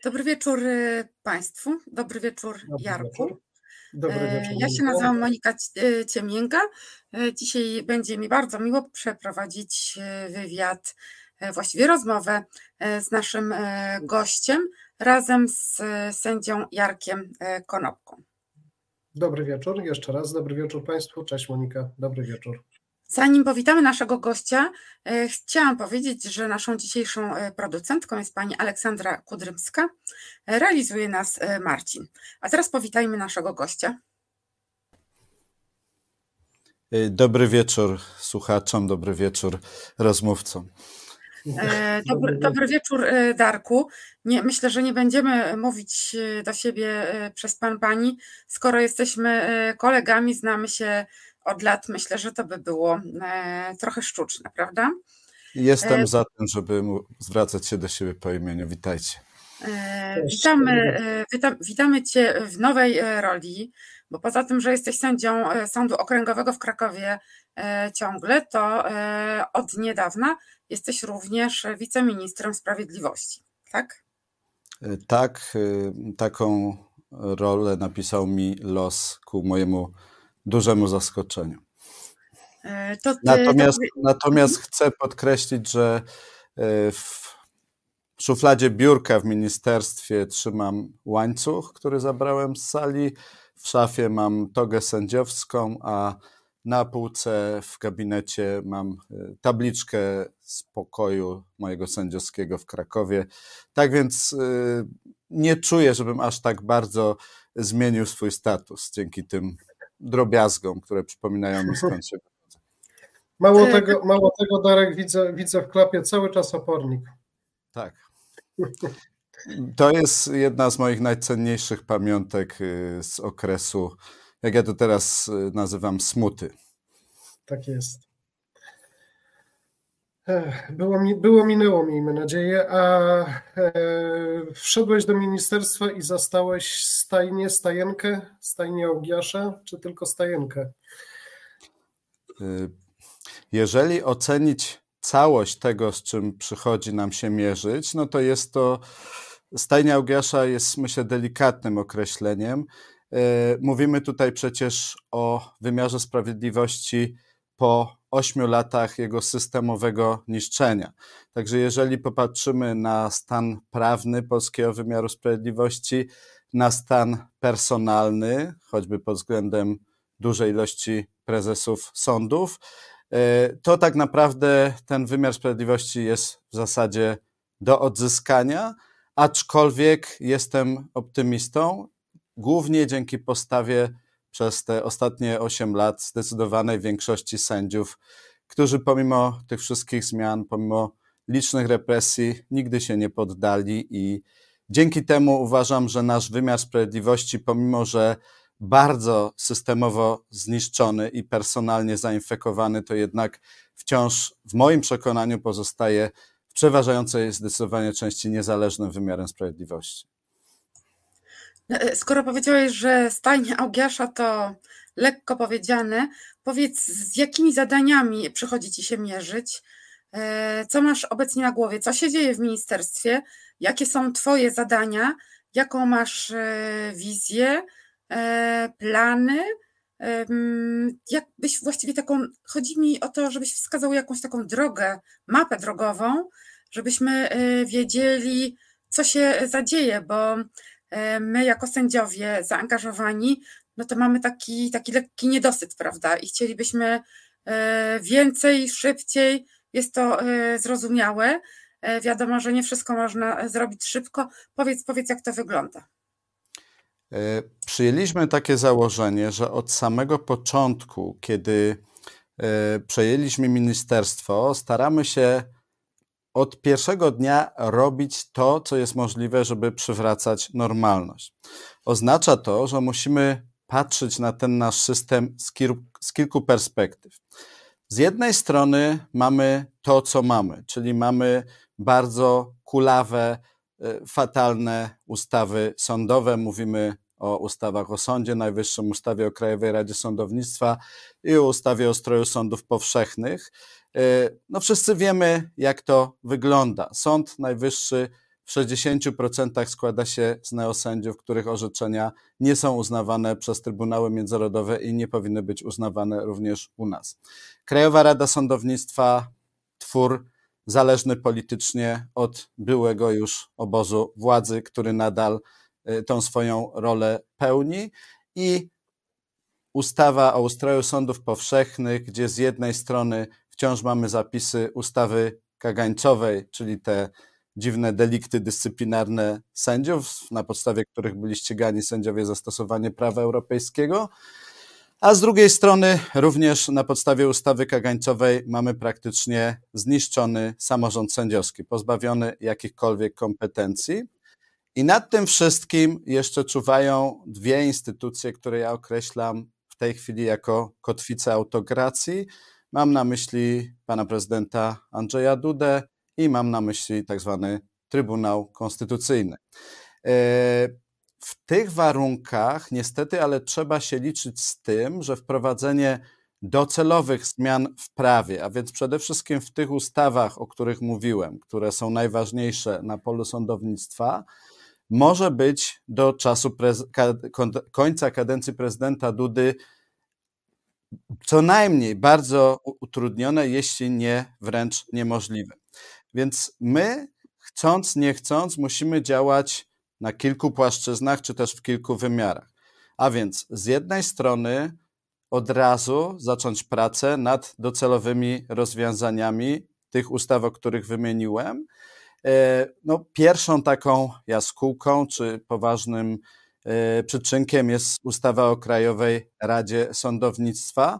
Dobry wieczór Państwu, dobry wieczór Dobry Jarku. wieczór. Dobry wieczór. Ja się nazywam Monika Ciemięga. Dzisiaj będzie mi bardzo miło przeprowadzić wywiad, właściwie rozmowę z naszym gościem razem z sędzią Jarkiem Konopką. Dobry wieczór, jeszcze raz. Dobry wieczór Państwu. Cześć Monika, dobry wieczór. Zanim powitamy naszego gościa, chciałam powiedzieć, że naszą dzisiejszą producentką jest pani Aleksandra Kudrymska. Realizuje nas Marcin. A teraz powitajmy naszego gościa. Dobry wieczór słuchaczom, dobry wieczór rozmówcom. Dobry wieczór Darku. Myślę, że nie będziemy mówić do siebie przez pan, pani. Skoro jesteśmy kolegami, znamy się od lat, myślę, że to by było trochę sztuczne, prawda? Jestem za tym, żeby zwracać się do siebie po imieniu. Witajcie. Witamy Cię w nowej roli, bo poza tym, że jesteś sędzią Sądu Okręgowego w Krakowie ciągle, to od niedawna jesteś również wiceministrem sprawiedliwości, tak? Tak, taką rolę napisał mi los ku mojemu dużemu zaskoczeniu. Natomiast chcę podkreślić, że w szufladzie biurka w ministerstwie trzymam łańcuch, który zabrałem z sali, w szafie mam togę sędziowską, a na półce w gabinecie mam tabliczkę z pokoju mojego sędziowskiego w Krakowie. Tak więc nie czuję, żebym aż tak bardzo zmienił swój status dzięki tym drobiazgom, które przypominają mi, skąd się wychodzę. Mało tego, Darek, widzę w klapie cały czas opornik. Tak. To jest jedna z moich najcenniejszych pamiątek z okresu, jak ja to teraz nazywam, smuty. Tak jest. Minęło, miejmy nadzieję, a wszedłeś do ministerstwa i zastałeś stajnię Augiasza, czy tylko stajenkę? Jeżeli ocenić całość tego, z czym przychodzi nam się mierzyć, no to jest to, stajnia Augiasza jest, myślę, delikatnym określeniem. Mówimy tutaj przecież o wymiarze sprawiedliwości po 8 latach jego systemowego niszczenia. Także jeżeli popatrzymy na stan prawny polskiego wymiaru sprawiedliwości, na stan personalny, choćby pod względem dużej ilości prezesów sądów, to tak naprawdę ten wymiar sprawiedliwości jest w zasadzie do odzyskania, aczkolwiek jestem optymistą, głównie dzięki postawie przez te ostatnie 8 lat zdecydowanej większości sędziów, którzy pomimo tych wszystkich zmian, pomimo licznych represji nigdy się nie poddali i dzięki temu uważam, że nasz wymiar sprawiedliwości, pomimo że bardzo systemowo zniszczony i personalnie zainfekowany, to jednak wciąż w moim przekonaniu pozostaje w przeważającej zdecydowanie części niezależnym wymiarem sprawiedliwości. Skoro powiedziałeś, że stajnia Augiasza to lekko powiedziane, powiedz, z jakimi zadaniami przychodzi Ci się mierzyć? Co masz obecnie na głowie? Co się dzieje w ministerstwie? Jakie są Twoje zadania? Jaką masz wizję? Plany, jakbyś właściwie chodzi mi o to, żebyś wskazał jakąś taką drogę, mapę drogową, żebyśmy wiedzieli, co się zadzieje, bo my jako sędziowie zaangażowani, no to mamy taki lekki niedosyt, prawda, i chcielibyśmy więcej, szybciej, jest to zrozumiałe, wiadomo, że nie wszystko można zrobić szybko, powiedz jak to wygląda. Przyjęliśmy takie założenie, że od samego początku, kiedy przejęliśmy ministerstwo, staramy się od pierwszego dnia robić to, co jest możliwe, żeby przywracać normalność. Oznacza to, że musimy patrzeć na ten nasz system z kilku perspektyw. Z jednej strony mamy to, co mamy, czyli mamy bardzo kulawe, fatalne ustawy sądowe. Mówimy o ustawach o Sądzie Najwyższym, ustawie o Krajowej Radzie Sądownictwa i o ustawie o ustroju sądów powszechnych. No wszyscy wiemy, jak to wygląda. Sąd Najwyższy w 60% składa się z neosędziów, których orzeczenia nie są uznawane przez trybunały międzynarodowe i nie powinny być uznawane również u nas. Krajowa Rada Sądownictwa, twór zależny politycznie od byłego już obozu władzy, który nadal tą swoją rolę pełni, i ustawa o ustroju sądów powszechnych, gdzie z jednej strony wciąż mamy zapisy ustawy kagańcowej, czyli te dziwne delikty dyscyplinarne sędziów, na podstawie których byli ścigani sędziowie za stosowanie prawa europejskiego, a z drugiej strony również na podstawie ustawy kagańcowej mamy praktycznie zniszczony samorząd sędziowski, pozbawiony jakichkolwiek kompetencji. I nad tym wszystkim jeszcze czuwają dwie instytucje, które ja określam w tej chwili jako kotwice autokracji. Mam na myśli pana prezydenta Andrzeja Dudę i mam na myśli tak zwany Trybunał Konstytucyjny. W tych warunkach niestety, ale trzeba się liczyć z tym, że wprowadzenie docelowych zmian w prawie, a więc przede wszystkim w tych ustawach, o których mówiłem, które są najważniejsze na polu sądownictwa, może być do czasu końca kadencji prezydenta Dudy co najmniej bardzo utrudnione, jeśli nie wręcz niemożliwe. Więc my, chcąc, nie chcąc, musimy działać na kilku płaszczyznach, czy też w kilku wymiarach. A więc z jednej strony od razu zacząć pracę nad docelowymi rozwiązaniami tych ustaw, o których wymieniłem. No, pierwszą taką jaskółką, czy poważnym przyczynkiem jest ustawa o Krajowej Radzie Sądownictwa.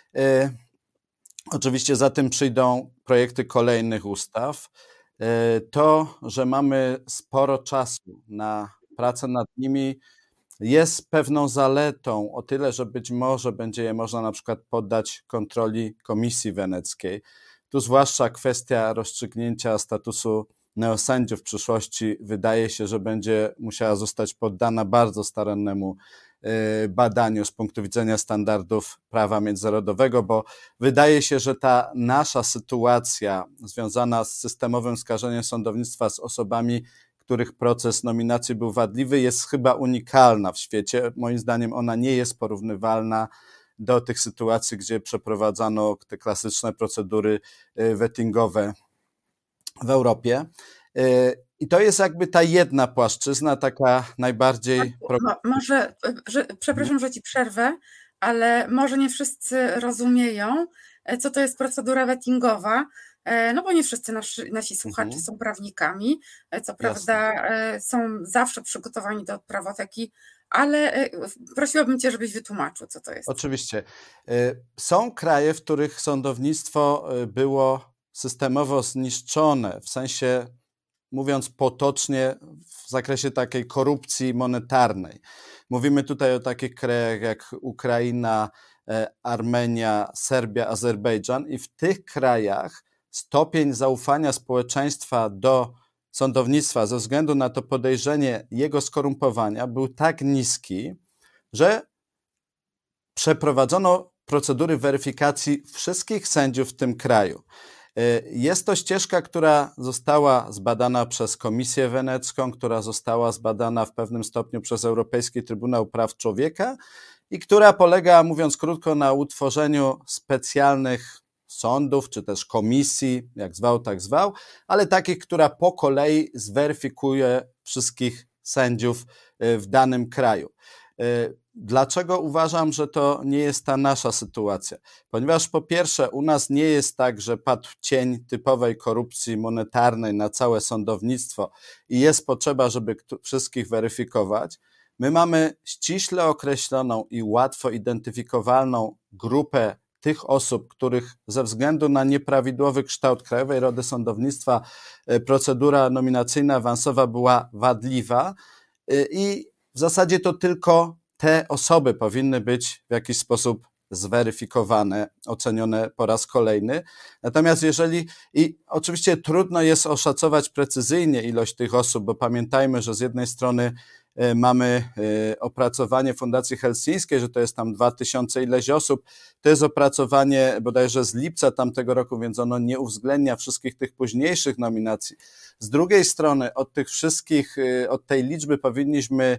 Oczywiście za tym przyjdą projekty kolejnych ustaw. To, że mamy sporo czasu na pracę nad nimi, jest pewną zaletą, o tyle, że być może będzie je można na przykład poddać kontroli Komisji Weneckiej. Tu zwłaszcza kwestia rozstrzygnięcia statusu neosędziów w przyszłości wydaje się, że będzie musiała zostać poddana bardzo starannemu badaniu z punktu widzenia standardów prawa międzynarodowego, bo wydaje się, że ta nasza sytuacja związana z systemowym skarżeniem sądownictwa z osobami, których proces nominacji był wadliwy, jest chyba unikalna w świecie. Moim zdaniem ona nie jest porównywalna do tych sytuacji, gdzie przeprowadzano te klasyczne procedury vettingowe w Europie. I to jest jakby ta jedna płaszczyzna, taka najbardziej... Może, przepraszam, że ci przerwę, ale może nie wszyscy rozumieją, co to jest procedura vettingowa, no bo nie wszyscy nasi słuchacze są prawnikami, co prawda są zawsze przygotowani do prawoteki, ale prosiłabym cię, żebyś wytłumaczył, co to jest. Oczywiście. Są kraje, w których sądownictwo było systemowo zniszczone, w sensie, mówiąc potocznie, w zakresie takiej korupcji monetarnej. Mówimy tutaj o takich krajach jak Ukraina, Armenia, Serbia, Azerbejdżan, i w tych krajach stopień zaufania społeczeństwa do sądownictwa ze względu na to podejrzenie jego skorumpowania był tak niski, że przeprowadzono procedury weryfikacji wszystkich sędziów w tym kraju. Jest to ścieżka, która została zbadana przez Komisję Wenecką, która została zbadana w pewnym stopniu przez Europejski Trybunał Praw Człowieka i która polega, mówiąc krótko, na utworzeniu specjalnych sądów, czy też komisji, jak zwał, tak zwał, ale takich, która po kolei zweryfikuje wszystkich sędziów w danym kraju. Dlaczego uważam, że to nie jest ta nasza sytuacja? Ponieważ po pierwsze u nas nie jest tak, że padł cień typowej korupcji monetarnej na całe sądownictwo i jest potrzeba, żeby wszystkich weryfikować. My mamy ściśle określoną i łatwo identyfikowalną grupę tych osób, których ze względu na nieprawidłowy kształt Krajowej Rady Sądownictwa procedura nominacyjna awansowa była wadliwa i w zasadzie to tylko te osoby powinny być w jakiś sposób zweryfikowane, ocenione po raz kolejny. Natomiast i oczywiście trudno jest oszacować precyzyjnie ilość tych osób, bo pamiętajmy, że z jednej strony mamy opracowanie Fundacji Helsińskiej, że to jest tam 2000 ileś osób. To jest opracowanie bodajże z lipca tamtego roku, więc ono nie uwzględnia wszystkich tych późniejszych nominacji. Z drugiej strony od tych wszystkich, od tej liczby powinniśmy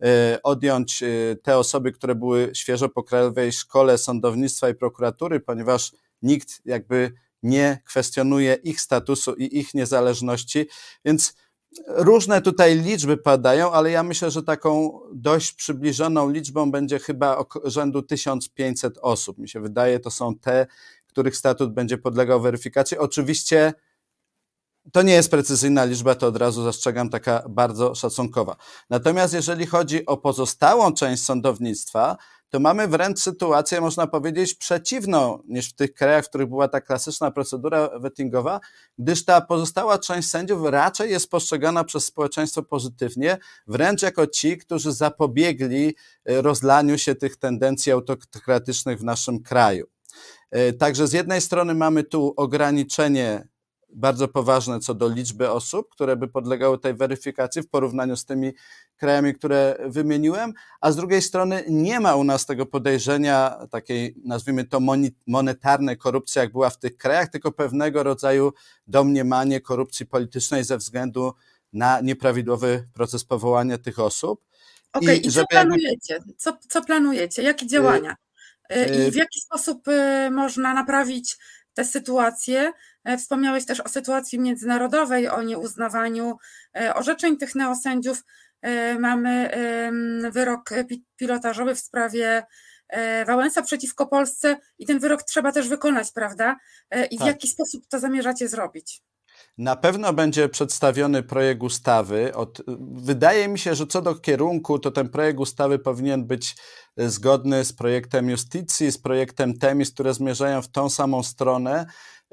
odjąć te osoby, które były świeżo po Krajowej Szkole Sądownictwa i Prokuratury, ponieważ nikt jakby nie kwestionuje ich statusu i ich niezależności, więc różne tutaj liczby padają, ale ja myślę, że taką dość przybliżoną liczbą będzie chyba rzędu 1500 osób. Mi się wydaje, to są te, których statut będzie podlegał weryfikacji. Oczywiście to nie jest precyzyjna liczba, to od razu zastrzegam, taka bardzo szacunkowa. Natomiast jeżeli chodzi o pozostałą część sądownictwa, to mamy wręcz sytuację, można powiedzieć, przeciwną niż w tych krajach, w których była ta klasyczna procedura vettingowa, gdyż ta pozostała część sędziów raczej jest postrzegana przez społeczeństwo pozytywnie, wręcz jako ci, którzy zapobiegli rozlaniu się tych tendencji autokratycznych w naszym kraju. Także z jednej strony mamy tu ograniczenie bardzo poważne co do liczby osób, które by podlegały tej weryfikacji w porównaniu z tymi krajami, które wymieniłem, a z drugiej strony nie ma u nas tego podejrzenia takiej, nazwijmy to, monetarnej korupcji, jak była w tych krajach, tylko pewnego rodzaju domniemanie korupcji politycznej ze względu na nieprawidłowy proces powołania tych osób. Okej, i co planujecie? Co planujecie? Jakie działania? I w jaki sposób można naprawić tę sytuację? Wspomniałeś też o sytuacji międzynarodowej, o nieuznawaniu orzeczeń tych neosędziów. Mamy wyrok pilotażowy w sprawie Wałęsa przeciwko Polsce i ten wyrok trzeba też wykonać, prawda? I w jaki sposób to zamierzacie zrobić? Na pewno będzie przedstawiony projekt ustawy. Wydaje mi się, że co do kierunku, to ten projekt ustawy powinien być zgodny z projektem Justicji, z projektem Temis, które zmierzają w tą samą stronę,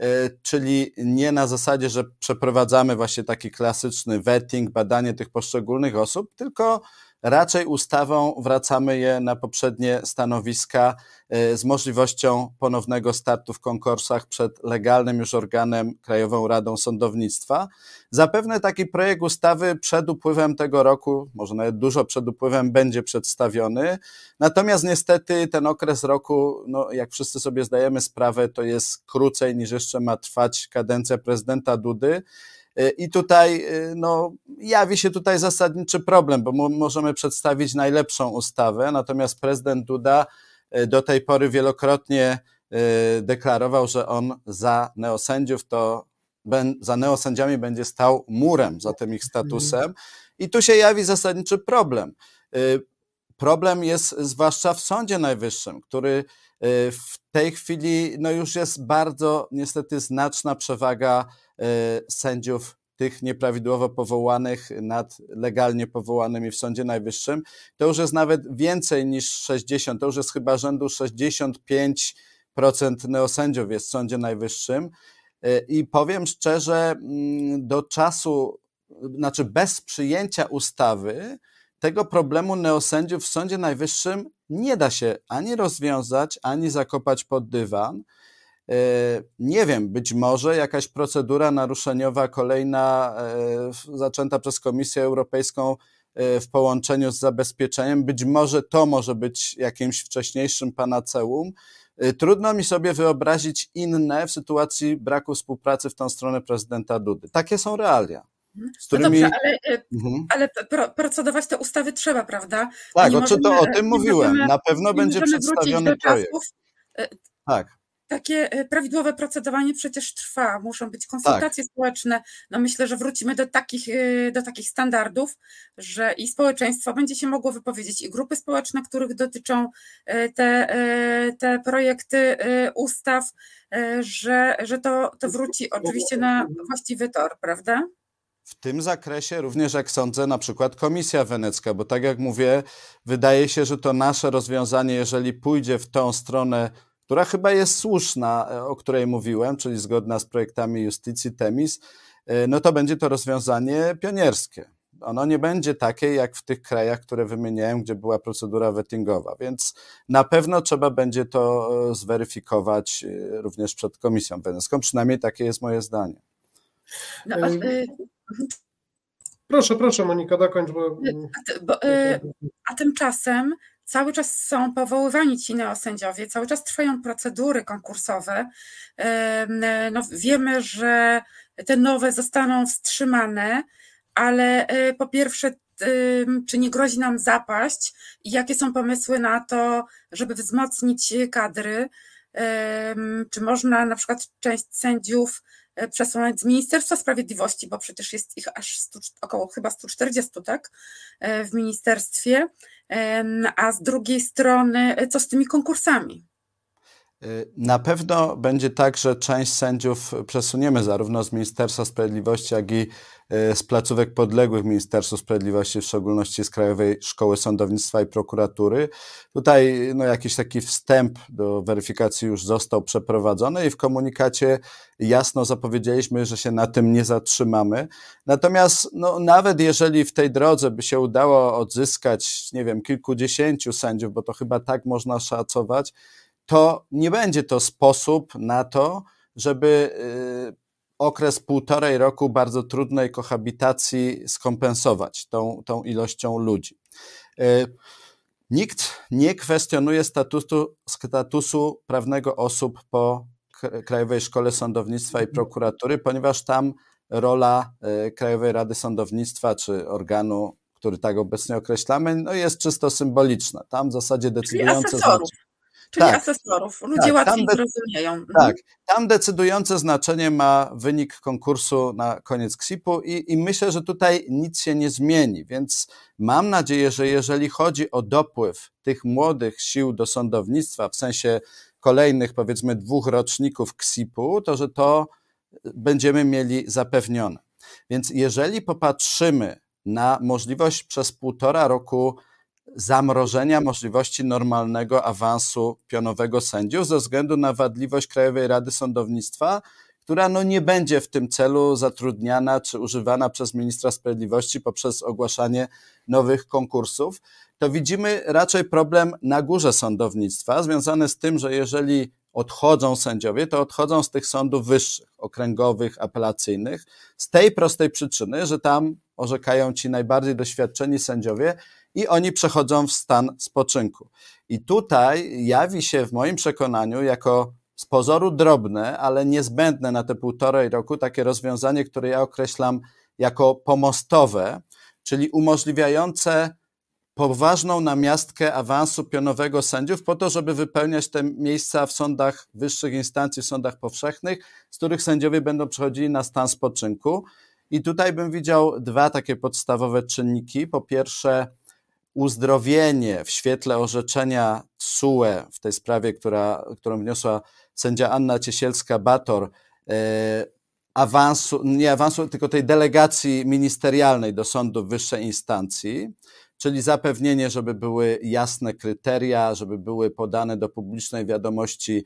czyli nie na zasadzie, że przeprowadzamy właśnie taki klasyczny vetting, badanie tych poszczególnych osób, tylko raczej ustawą wracamy je na poprzednie stanowiska z możliwością ponownego startu w konkursach przed legalnym już organem, Krajową Radą Sądownictwa. Zapewne taki projekt ustawy przed upływem tego roku, może nawet dużo przed upływem, będzie przedstawiony. Natomiast niestety ten okres roku, no jak wszyscy sobie zdajemy sprawę, to jest krócej niż jeszcze ma trwać kadencja prezydenta Dudy. I tutaj jawi się tutaj zasadniczy problem, bo możemy przedstawić najlepszą ustawę, natomiast prezydent Duda do tej pory wielokrotnie deklarował, że on za neosędziami będzie stał murem, za tym ich statusem i tu się jawi zasadniczy problem. Problem jest zwłaszcza w Sądzie Najwyższym, który w tej chwili już jest bardzo niestety znaczna przewaga sędziów tych nieprawidłowo powołanych nad legalnie powołanymi w Sądzie Najwyższym. To już jest nawet więcej niż 60, to już jest chyba rzędu 65% neosędziów jest w Sądzie Najwyższym i powiem szczerze, do czasu, bez przyjęcia ustawy tego problemu neosędziów w Sądzie Najwyższym nie da się ani rozwiązać, ani zakopać pod dywan. Nie wiem, być może jakaś procedura naruszeniowa kolejna zaczęta przez Komisję Europejską w połączeniu z zabezpieczeniem, być może to może być jakimś wcześniejszym panaceum. Trudno mi sobie wyobrazić inne w sytuacji braku współpracy w tą stronę prezydenta Dudy. Takie są realia. Którymi... No dobrze, ale procedować te ustawy trzeba, prawda? Tak, o tym mówiłem. Na pewno będzie przedstawiony projekt. Tak. Takie prawidłowe procedowanie przecież trwa, muszą być konsultacje społeczne. No myślę, że wrócimy do takich standardów, że i społeczeństwo będzie się mogło wypowiedzieć, i grupy społeczne, których dotyczą te projekty ustaw, że to wróci oczywiście na właściwy tor, prawda? W tym zakresie również, jak sądzę, na przykład Komisja Wenecka, bo tak jak mówię, wydaje się, że to nasze rozwiązanie, jeżeli pójdzie w tą stronę, która chyba jest słuszna, o której mówiłem, czyli zgodna z projektami Justicji, Temis, no to będzie to rozwiązanie pionierskie. Ono nie będzie takie jak w tych krajach, które wymieniałem, gdzie była procedura vettingowa, więc na pewno trzeba będzie to zweryfikować również przed Komisją Wenecką, przynajmniej takie jest moje zdanie. Proszę Monika, dokończ, bo... A tymczasem cały czas są powoływani ci neosędziowie, cały czas trwają procedury konkursowe. No, wiemy, że te nowe zostaną wstrzymane, ale po pierwsze, czy nie grozi nam zapaść i jakie są pomysły na to, żeby wzmocnić kadry? Czy można na przykład część sędziów przesunąć z Ministerstwa Sprawiedliwości, bo przecież jest ich aż około chyba 140, tak, w ministerstwie, a z drugiej strony co z tymi konkursami? Na pewno będzie tak, że część sędziów przesuniemy zarówno z Ministerstwa Sprawiedliwości, jak i z placówek podległych Ministerstwu Sprawiedliwości, w szczególności z Krajowej Szkoły Sądownictwa i Prokuratury. Tutaj jakiś taki wstęp do weryfikacji już został przeprowadzony i w komunikacie jasno zapowiedzieliśmy, że się na tym nie zatrzymamy. Natomiast nawet jeżeli w tej drodze by się udało odzyskać, nie wiem, kilkudziesięciu sędziów, bo to chyba tak można szacować, to nie będzie to sposób na to, żeby okres 1,5 roku bardzo trudnej kohabitacji skompensować tą ilością ludzi. Nikt nie kwestionuje statusu prawnego osób po Krajowej Szkole Sądownictwa i Prokuratury, ponieważ tam rola Krajowej Rady Sądownictwa czy organu, który tak obecnie określamy, jest czysto symboliczna. Tam w zasadzie decydujące Czyli asesorów. Ludzie łatwiej zrozumieją. Tak, tam decydujące znaczenie ma wynik konkursu na koniec KSIP-u i myślę, że tutaj nic się nie zmieni, więc mam nadzieję, że jeżeli chodzi o dopływ tych młodych sił do sądownictwa, w sensie kolejnych powiedzmy 2 roczników KSIP-u, to że to będziemy mieli zapewnione. Więc jeżeli popatrzymy na możliwość przez 1,5 roku zamrożenia możliwości normalnego awansu pionowego sędziów ze względu na wadliwość Krajowej Rady Sądownictwa, która nie będzie w tym celu zatrudniana czy używana przez ministra sprawiedliwości poprzez ogłaszanie nowych konkursów, to widzimy raczej problem na górze sądownictwa związany z tym, że jeżeli odchodzą sędziowie, to odchodzą z tych sądów wyższych, okręgowych, apelacyjnych, z tej prostej przyczyny, że tam orzekają ci najbardziej doświadczeni sędziowie i oni przechodzą w stan spoczynku. I tutaj jawi się w moim przekonaniu jako z pozoru drobne, ale niezbędne na te 1,5 roku takie rozwiązanie, które ja określam jako pomostowe, czyli umożliwiające poważną namiastkę awansu pionowego sędziów po to, żeby wypełniać te miejsca w sądach wyższych instancji, w sądach powszechnych, z których sędziowie będą przechodzili na stan spoczynku. I tutaj bym widział 2 takie podstawowe czynniki. Po pierwsze, uzdrowienie w świetle orzeczenia TSUE w tej sprawie, którą wniosła sędzia Anna Ciesielska-Bator, tylko tej delegacji ministerialnej do sądów wyższej instancji, czyli zapewnienie, żeby były jasne kryteria, żeby były podane do publicznej wiadomości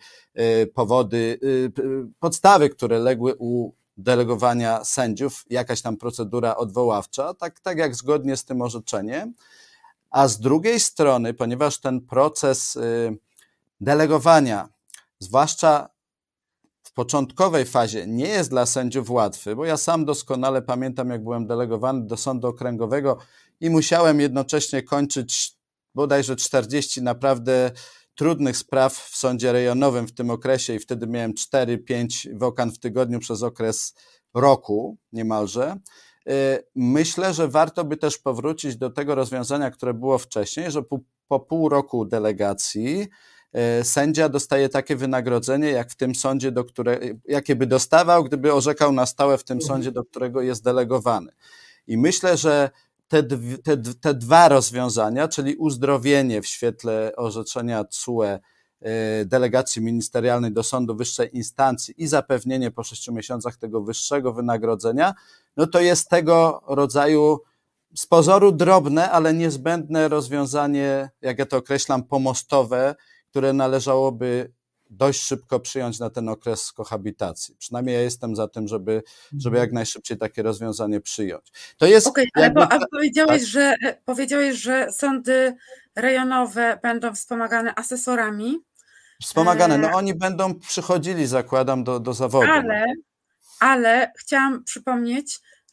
podstawy, które legły u delegowania sędziów, jakaś tam procedura odwoławcza, tak jak zgodnie z tym orzeczeniem. A z drugiej strony, ponieważ ten proces delegowania, zwłaszcza w początkowej fazie, nie jest dla sędziów łatwy, bo ja sam doskonale pamiętam, jak byłem delegowany do sądu okręgowego i musiałem jednocześnie kończyć bodajże 40 naprawdę trudnych spraw w sądzie rejonowym w tym okresie i wtedy miałem 4-5 wokan w tygodniu przez okres roku niemalże. Myślę, że warto by też powrócić do tego rozwiązania, które było wcześniej, że po 0,5 roku delegacji sędzia dostaje takie wynagrodzenie, jak w tym sądzie, jakie by dostawał, gdyby orzekał na stałe w tym sądzie, do którego jest delegowany. I myślę, że te 2 rozwiązania, czyli uzdrowienie w świetle orzeczenia TSUE delegacji ministerialnej do sądu wyższej instancji i zapewnienie po 6 miesiącach tego wyższego wynagrodzenia, to jest tego rodzaju z pozoru drobne, ale niezbędne rozwiązanie, jak ja to określam, pomostowe, które należałoby dość szybko przyjąć na ten okres kohabitacji. Przynajmniej ja jestem za tym, żeby jak najszybciej takie rozwiązanie przyjąć. To jest. Ale powiedziałeś, że sądy rejonowe będą wspomagane asesorami. Wspomagane, oni będą przychodzili, zakładam, do zawodu. Ale chciałam przypomnieć,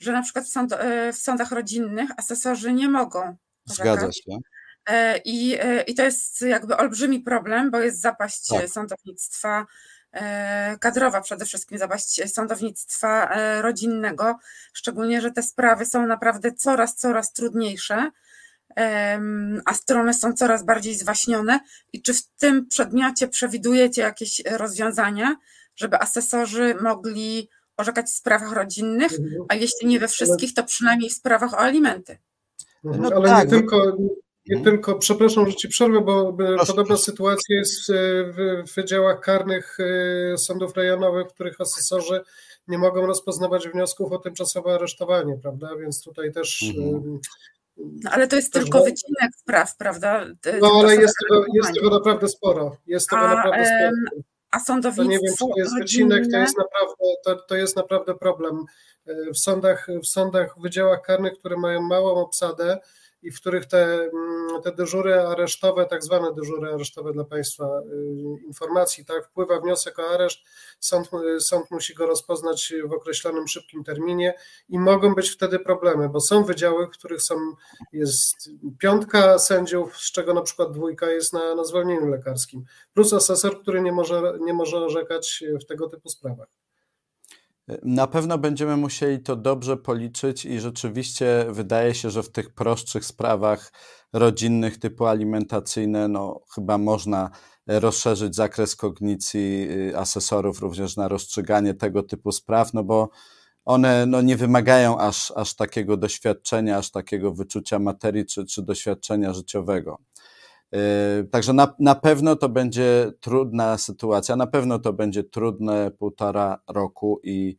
że na przykład w sądach rodzinnych asesorzy nie mogą orzekać. Zgadza się. I to jest jakby olbrzymi problem, bo jest zapaść Tak. sądownictwa kadrowa, przede wszystkim zapaść sądownictwa rodzinnego, szczególnie, że te sprawy są naprawdę coraz trudniejsze, a strony są coraz bardziej zwaśnione. I czy w tym przedmiocie przewidujecie jakieś rozwiązania, żeby asesorzy mogli orzekać w sprawach rodzinnych, a jeśli nie we wszystkich, to przynajmniej w sprawach o alimenty? No ale tak, nie tylko, przepraszam, że ci przerwę, bo podobna sytuacja jest w wydziałach karnych sądów rejonowych, w których asesorzy nie mogą rozpoznawać wniosków o tymczasowe aresztowanie, prawda? Więc tutaj też... No, ale to jest tylko wycinek spraw, prawda? No ale jest tego naprawdę sporo. A sądownictwo to nie wiem, czy to jest wycinek, to jest naprawdę problem. W sądach, w wydziałach karnych, które mają małą obsadę i w których te dyżury aresztowe, tak zwane dyżury aresztowe dla Państwa informacji, tak, wpływa wniosek o areszt, sąd musi go rozpoznać w określonym szybkim terminie i mogą być wtedy problemy, bo są wydziały, w których jest 5 sędziów, z czego na przykład 2 jest na zwolnieniu lekarskim, plus asesor, który nie może orzekać w tego typu sprawach. Na pewno będziemy musieli to dobrze policzyć i rzeczywiście wydaje się, że w tych prostszych sprawach rodzinnych typu alimentacyjne, no chyba można rozszerzyć zakres kognicji asesorów również na rozstrzyganie tego typu spraw, no bo one nie wymagają aż takiego doświadczenia, aż takiego wyczucia materii czy doświadczenia życiowego. Także na pewno to będzie trudna sytuacja, na pewno to będzie trudne 1,5 roku i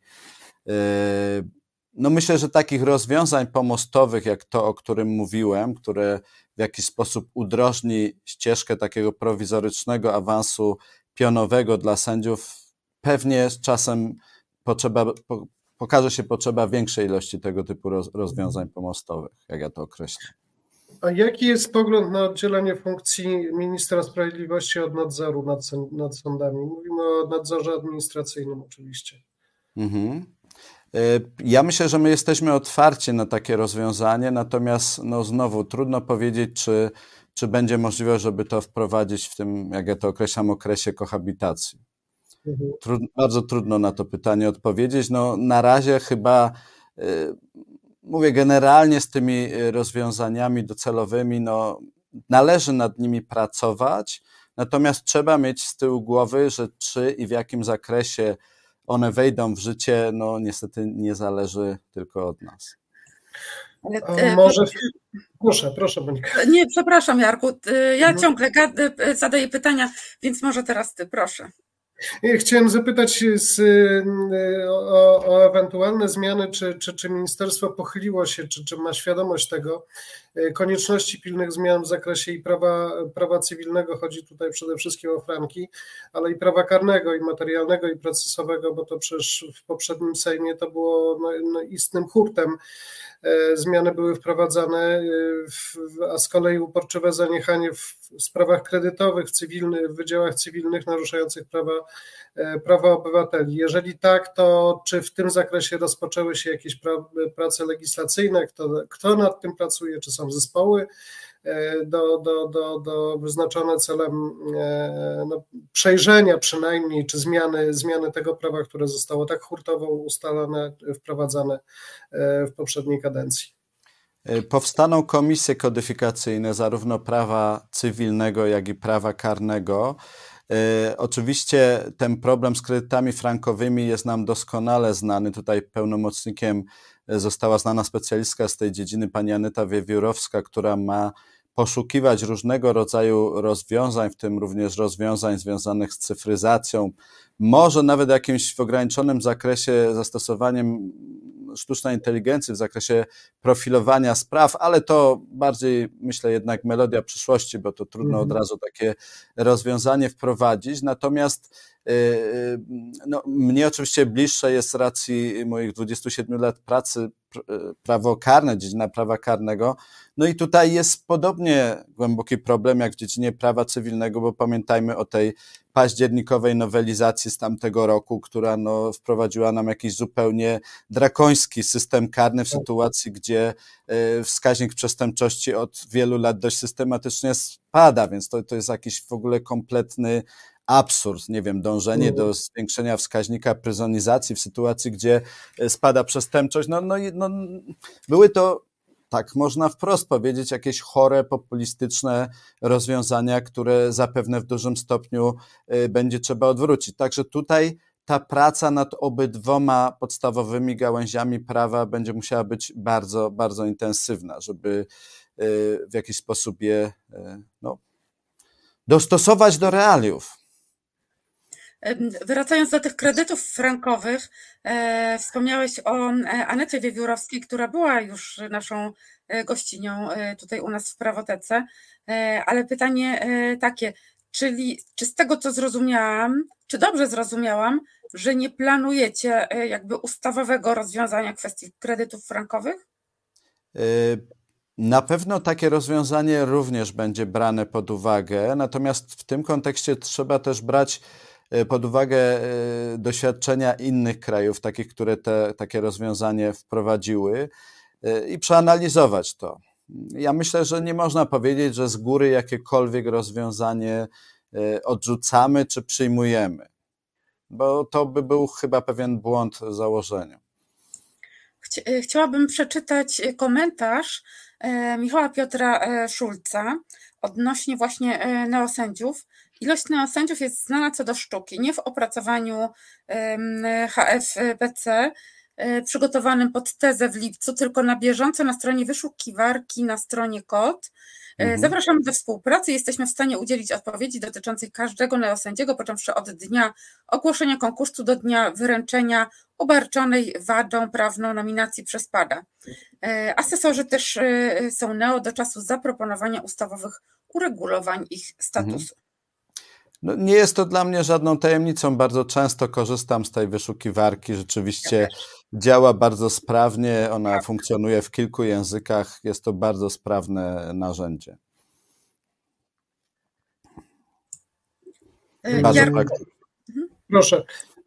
myślę, że takich rozwiązań pomostowych jak to, o którym mówiłem, które w jakiś sposób udrożni ścieżkę takiego prowizorycznego awansu pionowego dla sędziów, pewnie z czasem pokaże się potrzeba większej ilości tego typu rozwiązań pomostowych, jak ja to określę. A jaki jest pogląd na oddzielenie funkcji ministra sprawiedliwości od nadzoru nad sądami? Mówimy o nadzorze administracyjnym oczywiście. Ja myślę, że my jesteśmy otwarci na takie rozwiązanie, natomiast znowu trudno powiedzieć, czy będzie możliwe, żeby to wprowadzić w tym, jak ja to określam, okresie kohabitacji. Bardzo trudno na to pytanie odpowiedzieć. Na razie chyba... Mówię generalnie z tymi rozwiązaniami docelowymi, należy nad nimi pracować, natomiast trzeba mieć z tyłu głowy, że czy i w jakim zakresie one wejdą w życie, niestety nie zależy tylko od nas. Proszę Monika. Nie, przepraszam Jarku, ja ciągle zadaję pytania, więc może teraz ty, proszę. Chciałem zapytać o ewentualne zmiany, czy ministerstwo pochyliło się, czy ma świadomość tego, konieczności pilnych zmian w zakresie i prawa cywilnego, chodzi tutaj przede wszystkim o franki, ale i prawa karnego, i materialnego, i procesowego, bo to przecież w poprzednim Sejmie to było istnym hurtem. Zmiany były wprowadzane, a z kolei uporczywe zaniechanie w sprawach kredytowych, w wydziałach cywilnych naruszających prawa obywateli. Jeżeli tak, to czy w tym zakresie rozpoczęły się jakieś prace legislacyjne? Kto nad tym pracuje? Czy są zespoły wyznaczone celem przejrzenia przynajmniej, czy zmiany tego prawa, które zostało tak hurtowo ustalone, wprowadzane w poprzedniej kadencji? Powstaną komisje kodyfikacyjne zarówno prawa cywilnego, jak i prawa karnego. Oczywiście ten problem z kredytami frankowymi jest nam doskonale znany. Tutaj pełnomocnikiem została znana specjalistka z tej dziedziny, pani Anyta Wiewiórowska, która ma poszukiwać różnego rodzaju rozwiązań, w tym również rozwiązań związanych z cyfryzacją, może nawet jakimś w ograniczonym zakresie zastosowaniem sztucznej inteligencji w zakresie profilowania spraw, ale to bardziej, myślę, jednak melodia przyszłości, bo to trudno od razu takie rozwiązanie wprowadzić. Natomiast No, mnie oczywiście bliższe jest z racji moich 27 lat pracy prawo karne, dziedzina prawa karnego. No i tutaj jest podobnie głęboki problem jak w dziedzinie prawa cywilnego, bo pamiętajmy o tej październikowej nowelizacji z tamtego roku, która wprowadziła nam jakiś zupełnie drakoński system karny w sytuacji, gdzie wskaźnik przestępczości od wielu lat dość systematycznie spada, więc to jest jakiś w ogóle kompletny absurd, nie wiem, dążenie do zwiększenia wskaźnika pryzonizacji w sytuacji, gdzie spada przestępczość. Były to, tak można wprost powiedzieć, jakieś chore, populistyczne rozwiązania, które zapewne w dużym stopniu będzie trzeba odwrócić. Także tutaj ta praca nad obydwoma podstawowymi gałęziami prawa będzie musiała być bardzo, bardzo intensywna, żeby w jakiś sposób je dostosować do realiów. Wracając do tych kredytów frankowych, wspomniałeś o Anecie Wiewiórowskiej, która była już naszą gościnią tutaj u nas w Prawotece, ale pytanie takie, czy z tego co zrozumiałam, czy dobrze zrozumiałam, że nie planujecie jakby ustawowego rozwiązania kwestii kredytów frankowych? Na pewno takie rozwiązanie również będzie brane pod uwagę, natomiast w tym kontekście trzeba też brać pod uwagę doświadczenia innych krajów, takich, które takie rozwiązanie wprowadziły i przeanalizować to. Ja myślę, że nie można powiedzieć, że z góry jakiekolwiek rozwiązanie odrzucamy czy przyjmujemy, bo to by był chyba pewien błąd w założeniu. Chciałabym przeczytać komentarz Michała Piotra Szulca odnośnie właśnie neosędziów. Ilość neosędziów jest znana co do sztuki, nie w opracowaniu HFPC przygotowanym pod tezę w lipcu, tylko na bieżąco na stronie wyszukiwarki, na stronie KOD. Zapraszamy do współpracy. Jesteśmy w stanie udzielić odpowiedzi dotyczącej każdego neosędziego, począwszy od dnia ogłoszenia konkursu do dnia wyręczenia obarczonej wadą prawną nominacji przez PADA. Asesorzy też są neo do czasu zaproponowania ustawowych uregulowań ich statusu. No, nie jest to dla mnie żadną tajemnicą. Bardzo często korzystam z tej wyszukiwarki. Rzeczywiście działa bardzo sprawnie. Ona funkcjonuje w kilku językach. Jest to bardzo sprawne narzędzie. Bardzo praktyczne. Proszę.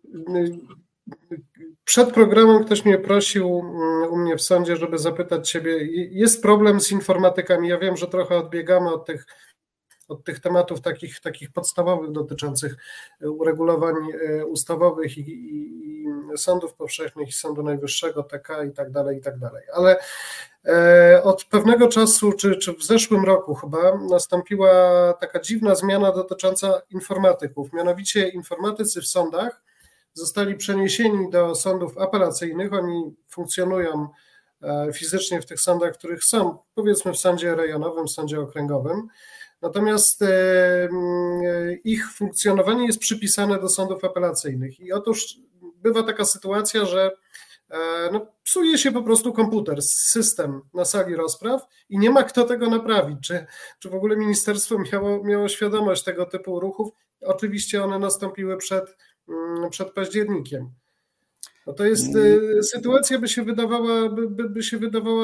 Przed programem ktoś mnie prosił u mnie w sądzie, żeby zapytać Ciebie, jest problem z informatykami. Ja wiem, że trochę odbiegamy od tych tematów takich podstawowych dotyczących uregulowań ustawowych i sądów powszechnych, i Sądu Najwyższego, TK i tak dalej, ale od pewnego czasu, czy w zeszłym roku chyba, nastąpiła taka dziwna zmiana dotycząca informatyków, mianowicie informatycy w sądach zostali przeniesieni do sądów apelacyjnych, oni funkcjonują fizycznie w tych sądach, w których są, powiedzmy w sądzie rejonowym, w sądzie okręgowym, natomiast ich funkcjonowanie jest przypisane do sądów apelacyjnych i otóż bywa taka sytuacja, że psuje się po prostu komputer, system na sali rozpraw i nie ma kto tego naprawić. Czy w ogóle ministerstwo miało świadomość tego typu ruchów? Oczywiście one nastąpiły przed październikiem. No to jest sytuacja, by się wydawała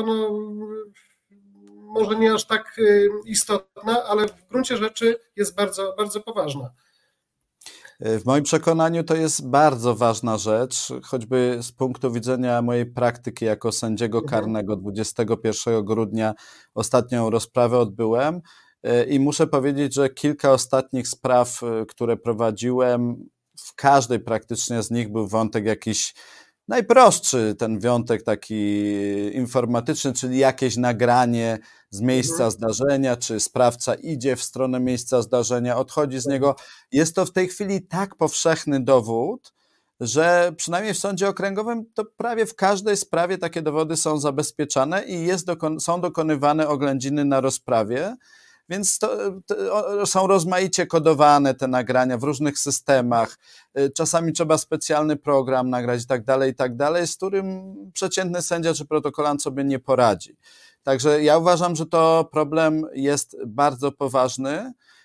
może nie aż tak istotna, ale w gruncie rzeczy jest bardzo, bardzo poważna. W moim przekonaniu to jest bardzo ważna rzecz, choćby z punktu widzenia mojej praktyki jako sędziego karnego. 21 grudnia ostatnią rozprawę odbyłem i muszę powiedzieć, że kilka ostatnich spraw, które prowadziłem, w każdej praktycznie z nich był wątek jakiś najprostszy, ten wątek taki informatyczny, czyli jakieś nagranie z miejsca zdarzenia, czy sprawca idzie w stronę miejsca zdarzenia, odchodzi z niego. Jest to w tej chwili tak powszechny dowód, że przynajmniej w sądzie okręgowym to prawie w każdej sprawie takie dowody są zabezpieczane i są dokonywane oględziny na rozprawie. Więc są rozmaicie kodowane te nagrania w różnych systemach. Czasami trzeba specjalny program nagrać i tak dalej, z którym przeciętny sędzia czy protokolant sobie nie poradzi. Także ja uważam, że to problem jest bardzo poważny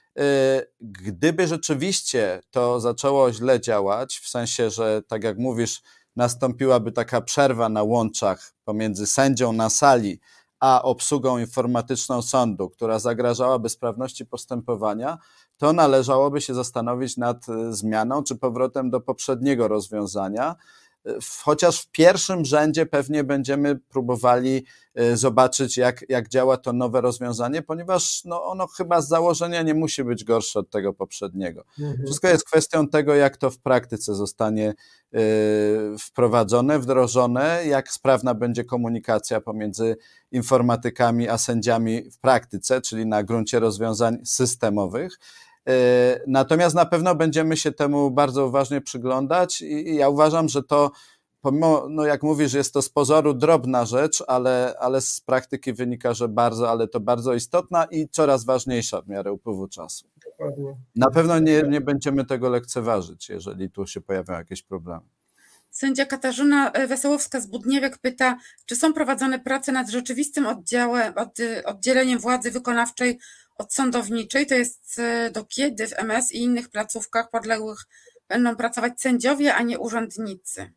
Gdyby rzeczywiście to zaczęło źle działać, w sensie, że tak jak mówisz, nastąpiłaby taka przerwa na łączach pomiędzy sędzią na sali a obsługą informatyczną sądu, która zagrażałaby sprawności postępowania, to należałoby się zastanowić nad zmianą czy powrotem do poprzedniego rozwiązania. Chociaż w pierwszym rzędzie pewnie będziemy próbowali zobaczyć, jak działa to nowe rozwiązanie, ponieważ ono chyba z założenia nie musi być gorsze od tego poprzedniego. Wszystko jest kwestią tego, jak to w praktyce zostanie wprowadzone, wdrożone, jak sprawna będzie komunikacja pomiędzy informatykami a sędziami w praktyce, czyli na gruncie rozwiązań systemowych. Natomiast na pewno będziemy się temu bardzo uważnie przyglądać i ja uważam, że to pomimo, jak mówisz, jest to z pozoru drobna rzecz, ale z praktyki wynika, że ale to bardzo istotna i coraz ważniejsza w miarę upływu czasu. Dokładnie. Na pewno nie będziemy tego lekceważyć, jeżeli tu się pojawią jakieś problemy. Sędzia Katarzyna Wesołowska z Budniewek pyta, czy są prowadzone prace nad rzeczywistym oddzieleniem władzy wykonawczej od sądowniczej, to jest do kiedy w MS i innych placówkach podległych będą pracować sędziowie, a nie urzędnicy?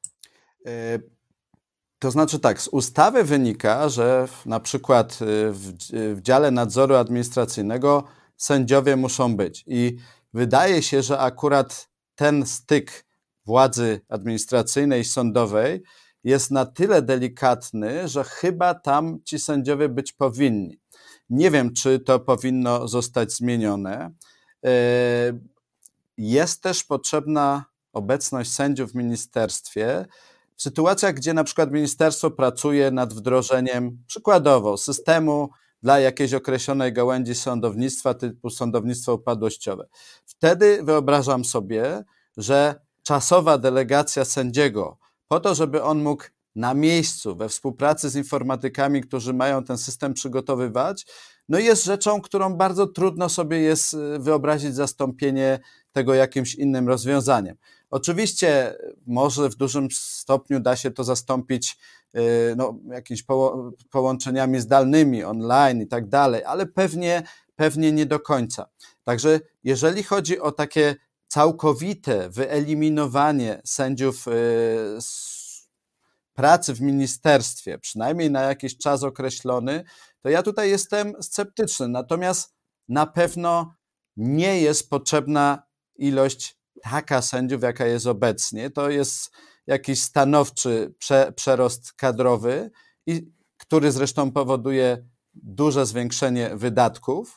To znaczy tak, z ustawy wynika, że na przykład w dziale nadzoru administracyjnego sędziowie muszą być i wydaje się, że akurat ten styk władzy administracyjnej i sądowej jest na tyle delikatny, że chyba tam ci sędziowie być powinni. Nie wiem, czy to powinno zostać zmienione. Jest też potrzebna obecność sędziów w ministerstwie w sytuacjach, gdzie na przykład ministerstwo pracuje nad wdrożeniem przykładowo systemu dla jakiejś określonej gałęzi sądownictwa typu sądownictwo upadłościowe. Wtedy wyobrażam sobie, że czasowa delegacja sędziego po to, żeby on mógł na miejscu, we współpracy z informatykami, którzy mają ten system przygotowywać, jest rzeczą, którą bardzo trudno sobie jest wyobrazić zastąpienie tego jakimś innym rozwiązaniem. Oczywiście może w dużym stopniu da się to zastąpić jakimiś połączeniami zdalnymi, online i tak dalej, ale pewnie nie do końca. Także jeżeli chodzi o takie całkowite wyeliminowanie sędziów z pracy w ministerstwie, przynajmniej na jakiś czas określony, to ja tutaj jestem sceptyczny. Natomiast na pewno nie jest potrzebna ilość taka sędziów, jaka jest obecnie. To jest jakiś stanowczy przerost kadrowy, który zresztą powoduje duże zwiększenie wydatków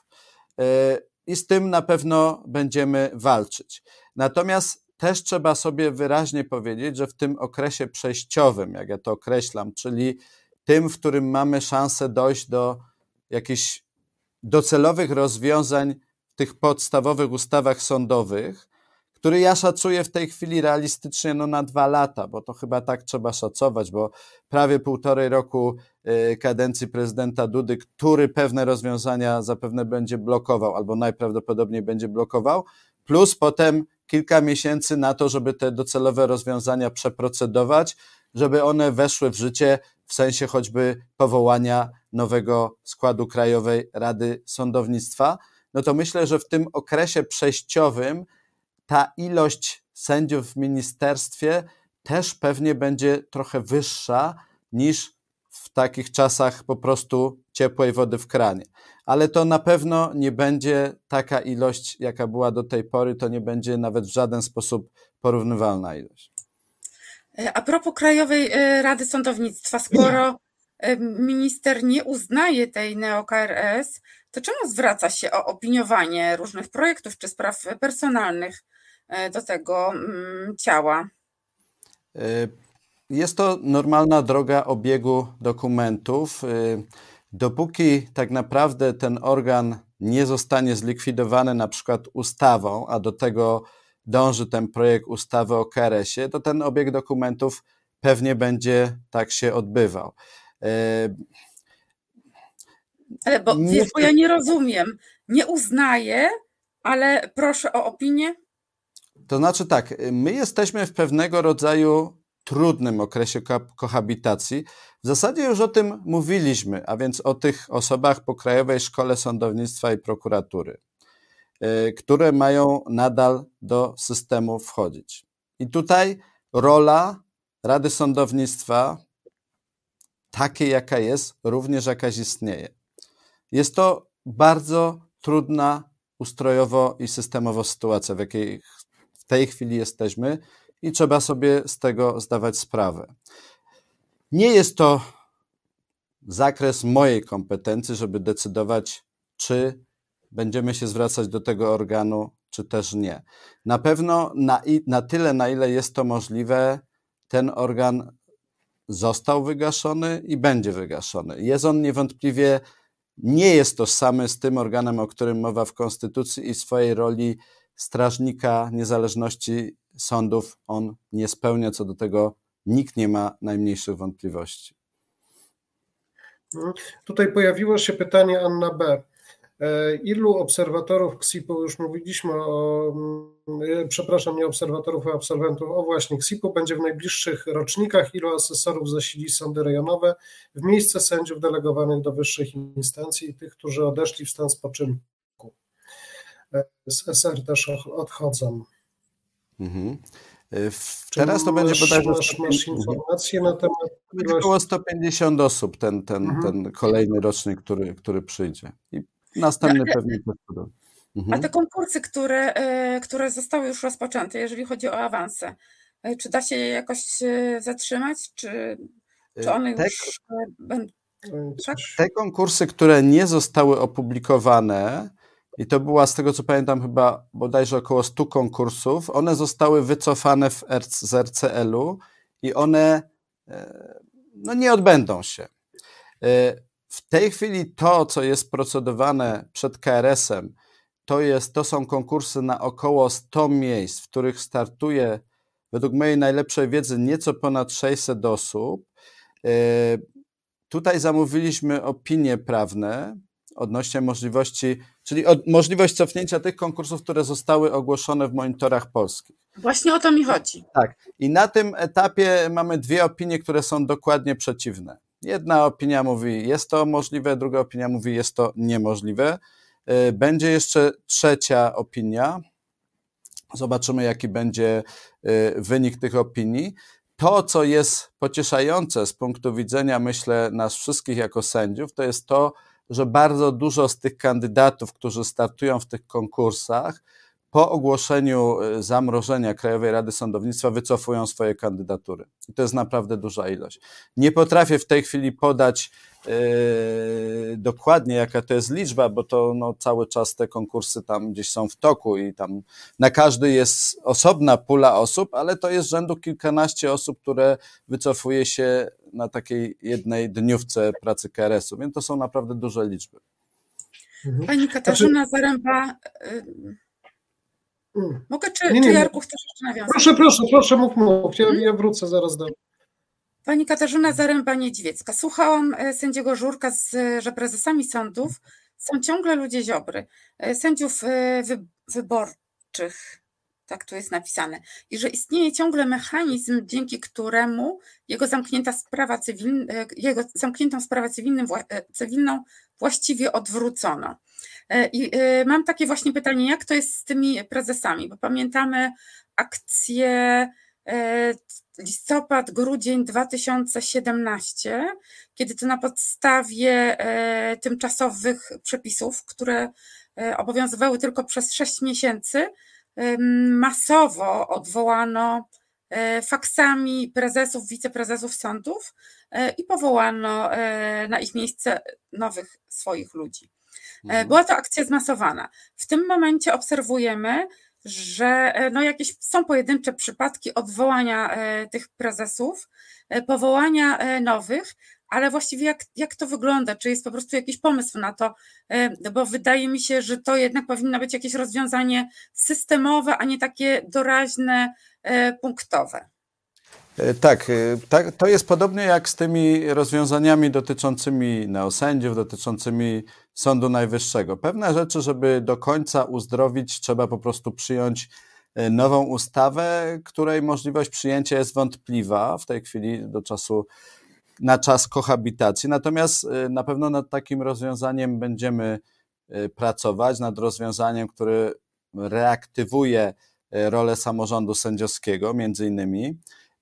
i z tym na pewno będziemy walczyć. Natomiast też trzeba sobie wyraźnie powiedzieć, że w tym okresie przejściowym, jak ja to określam, czyli tym, w którym mamy szansę dojść do jakichś docelowych rozwiązań w tych podstawowych ustawach sądowych, który ja szacuję w tej chwili realistycznie na 2 lata, bo to chyba tak trzeba szacować, bo prawie 1,5 roku kadencji prezydenta Dudy, który pewne rozwiązania zapewne będzie blokował albo najprawdopodobniej będzie blokował, plus potem kilka miesięcy na to, żeby te docelowe rozwiązania przeprocedować, żeby one weszły w życie w sensie choćby powołania nowego składu Krajowej Rady Sądownictwa, to myślę, że w tym okresie przejściowym ta ilość sędziów w ministerstwie też pewnie będzie trochę wyższa niż w takich czasach po prostu ciepłej wody w kranie. Ale to na pewno nie będzie taka ilość, jaka była do tej pory, to nie będzie nawet w żaden sposób porównywalna ilość. A propos Krajowej Rady Sądownictwa, skoro minister nie uznaje tej neo-KRS, to czemu zwraca się o opiniowanie różnych projektów czy spraw personalnych do tego ciała? Jest to normalna droga obiegu dokumentów. Dopóki tak naprawdę ten organ nie zostanie zlikwidowany na przykład ustawą, a do tego dąży ten projekt ustawy o KRS-ie, to ten obieg dokumentów pewnie będzie tak się odbywał. Ale bo ja nie rozumiem. Nie uznaję, ale proszę o opinię. To znaczy tak, my jesteśmy w pewnego rodzaju trudnym okresie kohabitacji. W zasadzie już o tym mówiliśmy, a więc o tych osobach po Krajowej Szkole Sądownictwa i Prokuratury. które mają nadal do systemu wchodzić. I tutaj rola Rady Sądownictwa, takiej jaka jest, również jakaś istnieje. Jest to bardzo trudna ustrojowo i systemowo sytuacja, w jakiej w tej chwili jesteśmy i trzeba sobie z tego zdawać sprawę. Nie jest to zakres mojej kompetencji, żeby decydować, czy będziemy się zwracać do tego organu, czy też nie. Na pewno na tyle, na ile jest to możliwe, ten organ został wygaszony i będzie wygaszony. Jest on niewątpliwie, nie jest tożsamy z tym organem, o którym mowa w Konstytucji i swojej roli strażnika niezależności sądów on nie spełnia, co do tego nikt nie ma najmniejszych wątpliwości. Tutaj pojawiło się pytanie Anna B. Ilu obserwatorów KSIP-u, już mówiliśmy nie obserwatorów, a absolwentów, właśnie KSIP-u będzie w najbliższych rocznikach, ilu asesorów zasili sądy rejonowe w miejsce sędziów delegowanych do wyższych instancji i tych, którzy odeszli w stan spoczynku. Z SR też odchodzą. Mhm. Teraz to będzie bodajże... Masz informacje na temat... Około 150 osób ten kolejny rocznik, który przyjdzie. I następny pewnie też podobnie. A te konkursy, które zostały już rozpoczęte, jeżeli chodzi o awanse, czy da się je jakoś zatrzymać, czy one już będą... Tak? Te konkursy, które nie zostały opublikowane, i to była, z tego co pamiętam, chyba bodajże około 100 konkursów, one zostały wycofane z RCL-u i one nie odbędą się. W tej chwili to, co jest procedowane przed KRS-em, to są konkursy na około 100 miejsc, w których startuje, według mojej najlepszej wiedzy, nieco ponad 600 osób. Tutaj zamówiliśmy opinie prawne odnośnie możliwości, czyli możliwość cofnięcia tych konkursów, które zostały ogłoszone w monitorach polskich. Właśnie o to mi chodzi. Tak. I na tym etapie mamy dwie opinie, które są dokładnie przeciwne. Jedna opinia mówi, jest to możliwe, druga opinia mówi, jest to niemożliwe. Będzie jeszcze trzecia opinia. Zobaczymy, jaki będzie wynik tych opinii. To, co jest pocieszające z punktu widzenia, myślę, nas wszystkich jako sędziów, to jest to, że bardzo dużo z tych kandydatów, którzy startują w tych konkursach, po ogłoszeniu zamrożenia Krajowej Rady Sądownictwa wycofują swoje kandydatury. I to jest naprawdę duża ilość. Nie potrafię w tej chwili podać dokładnie, jaka to jest liczba, bo to cały czas te konkursy tam gdzieś są w toku i tam na każdy jest osobna pula osób, ale to jest rzędu kilkanaście osób, które wycofuje się na takiej jednej dniówce pracy KRS-u, więc to są naprawdę duże liczby. Pani Katarzyna Zaręba... Mogę, czy Jarku chcesz jeszcze nawiązać? Proszę, mów. Ja wrócę zaraz do... Pani Katarzyna Zaręba-Niedźwiecka. Słuchałam sędziego Żurka, że prezesami sądów są ciągle ludzie Ziobry, sędziów wyborczych, tak tu jest napisane, i że istnieje ciągle mechanizm, dzięki któremu jego zamkniętą sprawę cywilną właściwie odwrócono. I mam takie właśnie pytanie, jak to jest z tymi prezesami, bo pamiętamy akcję listopad, grudzień 2017, kiedy to na podstawie tymczasowych przepisów, które obowiązywały tylko przez 6 miesięcy, masowo odwołano faksami prezesów, wiceprezesów sądów i powołano na ich miejsce nowych swoich ludzi. Była to akcja zmasowana. W tym momencie obserwujemy, że jakieś są pojedyncze przypadki odwołania tych prezesów, powołania nowych, ale właściwie jak to wygląda? Czy jest po prostu jakiś pomysł na to? Bo wydaje mi się, że to jednak powinno być jakieś rozwiązanie systemowe, a nie takie doraźne, punktowe. Tak, to jest podobnie jak z tymi rozwiązaniami dotyczącymi neosędziów, dotyczącymi Sądu Najwyższego. Pewne rzeczy, żeby do końca uzdrowić, trzeba po prostu przyjąć nową ustawę, której możliwość przyjęcia jest wątpliwa w tej chwili na czas kohabitacji. Natomiast na pewno nad takim rozwiązaniem będziemy pracować nad rozwiązaniem, które reaktywuje rolę samorządu sędziowskiego, między innymi,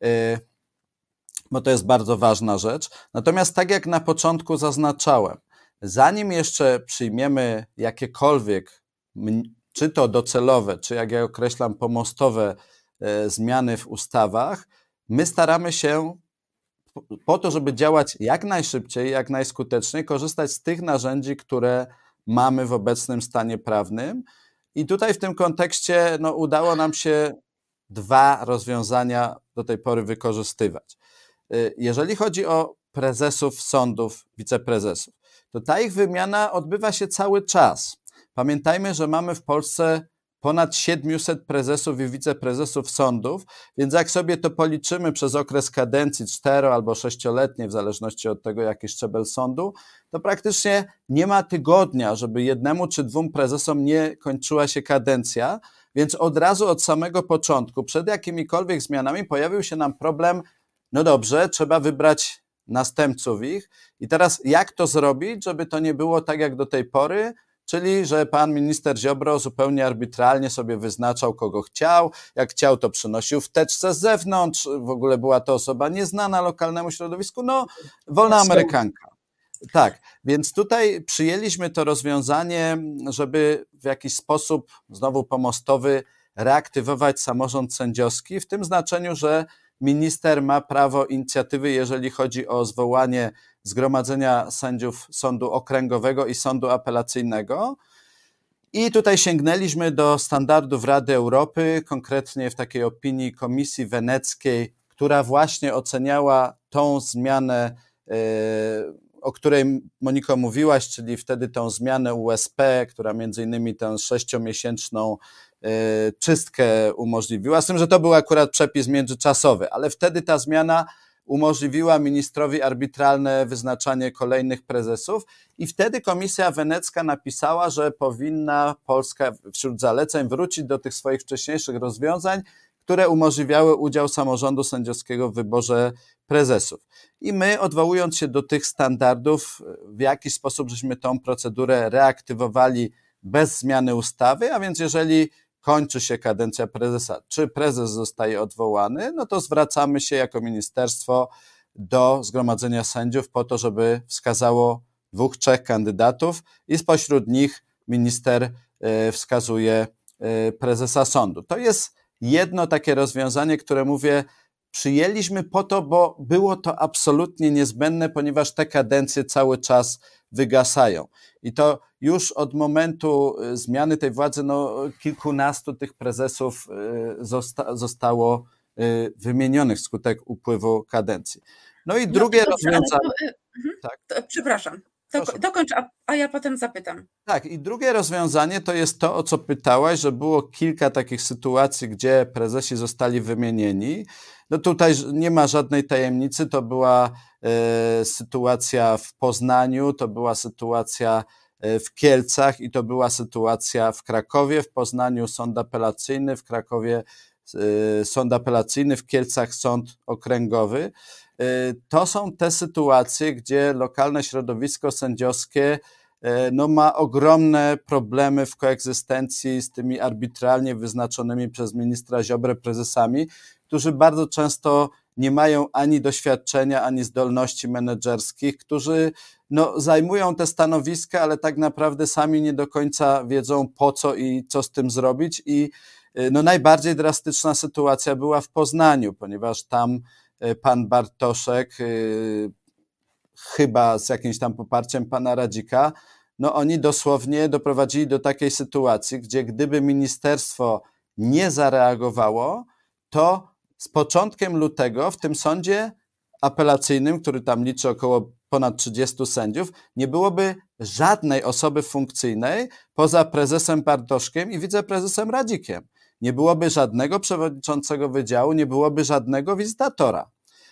bo to jest bardzo ważna rzecz. Natomiast tak jak na początku zaznaczałem, zanim jeszcze przyjmiemy jakiekolwiek, czy to docelowe, czy jak ja określam pomostowe zmiany w ustawach, my staramy się po to, żeby działać jak najszybciej, jak najskuteczniej, korzystać z tych narzędzi, które mamy w obecnym stanie prawnym. I tutaj w tym kontekście udało nam się 2 rozwiązania do tej pory wykorzystywać. Jeżeli chodzi o prezesów sądów, wiceprezesów, to ta ich wymiana odbywa się cały czas. Pamiętajmy, że mamy w Polsce ponad 700 prezesów i wiceprezesów sądów, więc jak sobie to policzymy przez okres kadencji 4- albo 6-letniej, w zależności od tego, jaki szczebel sądu, to praktycznie nie ma tygodnia, żeby 1 czy 2 prezesom nie kończyła się kadencja, więc od razu od samego początku, przed jakimikolwiek zmianami pojawił się nam problem, no dobrze, trzeba wybrać następców ich i teraz jak to zrobić, żeby to nie było tak jak do tej pory, czyli że pan minister Ziobro zupełnie arbitralnie sobie wyznaczał, kogo chciał, jak chciał, to przynosił w teczce z zewnątrz, w ogóle była to osoba nieznana lokalnemu środowisku, wolna amerykanka. Tak, więc tutaj przyjęliśmy to rozwiązanie, żeby w jakiś sposób, znowu pomostowy, reaktywować samorząd sędziowski, w tym znaczeniu, że minister ma prawo inicjatywy, jeżeli chodzi o zwołanie zgromadzenia sędziów sądu okręgowego i sądu apelacyjnego. I tutaj sięgnęliśmy do standardów Rady Europy, konkretnie w takiej opinii Komisji Weneckiej, która właśnie oceniała tą zmianę, o której Moniko mówiłaś, czyli wtedy tą zmianę USP, która między innymi tę 6-miesięczną czystkę umożliwiła, z tym, że to był akurat przepis międzyczasowy, ale wtedy ta zmiana umożliwiła ministrowi arbitralne wyznaczanie kolejnych prezesów i wtedy Komisja Wenecka napisała, że powinna Polska wśród zaleceń wrócić do tych swoich wcześniejszych rozwiązań, które umożliwiały udział samorządu sędziowskiego w wyborze prezesów. I my, odwołując się do tych standardów, w jakiś sposób żeśmy tą procedurę reaktywowali bez zmiany ustawy, a więc jeżeli kończy się kadencja prezesa, czy prezes zostaje odwołany, to zwracamy się jako ministerstwo do Zgromadzenia Sędziów po to, żeby wskazało 2-3 kandydatów i spośród nich minister wskazuje prezesa sądu. To jest jedno takie rozwiązanie, które mówię, przyjęliśmy po to, bo było to absolutnie niezbędne, ponieważ te kadencje cały czas wygasają. I to już od momentu zmiany tej władzy, kilkunastu tych prezesów zostało wymienionych wskutek upływu kadencji. I drugie rozwiązanie. Tak. Przepraszam, dokończ, a ja potem zapytam. Tak, i drugie rozwiązanie to jest to, o co pytałaś, że było kilka takich sytuacji, gdzie prezesi zostali wymienieni. Tutaj nie ma żadnej tajemnicy, to była sytuacja w Poznaniu, to była sytuacja w Kielcach i to była sytuacja w Krakowie. W Poznaniu sąd apelacyjny, w Krakowie sąd apelacyjny, w Kielcach sąd okręgowy. To są te sytuacje, gdzie lokalne środowisko sędziowskie ma ogromne problemy w koegzystencji z tymi arbitralnie wyznaczonymi przez ministra Ziobrę prezesami, którzy bardzo często nie mają ani doświadczenia, ani zdolności menedżerskich, którzy zajmują te stanowiska, ale tak naprawdę sami nie do końca wiedzą po co i co z tym zrobić. I najbardziej drastyczna sytuacja była w Poznaniu, ponieważ tam pan Bartoszek, chyba z jakimś tam poparciem pana Radzika, oni dosłownie doprowadzili do takiej sytuacji, gdzie gdyby ministerstwo nie zareagowało, to z początkiem lutego w tym sądzie apelacyjnym, który tam liczy około ponad 30 sędziów, nie byłoby żadnej osoby funkcyjnej poza prezesem Bartoszkiem i wiceprezesem Radzikiem. Nie byłoby żadnego przewodniczącego wydziału, nie byłoby żadnego wizytatora.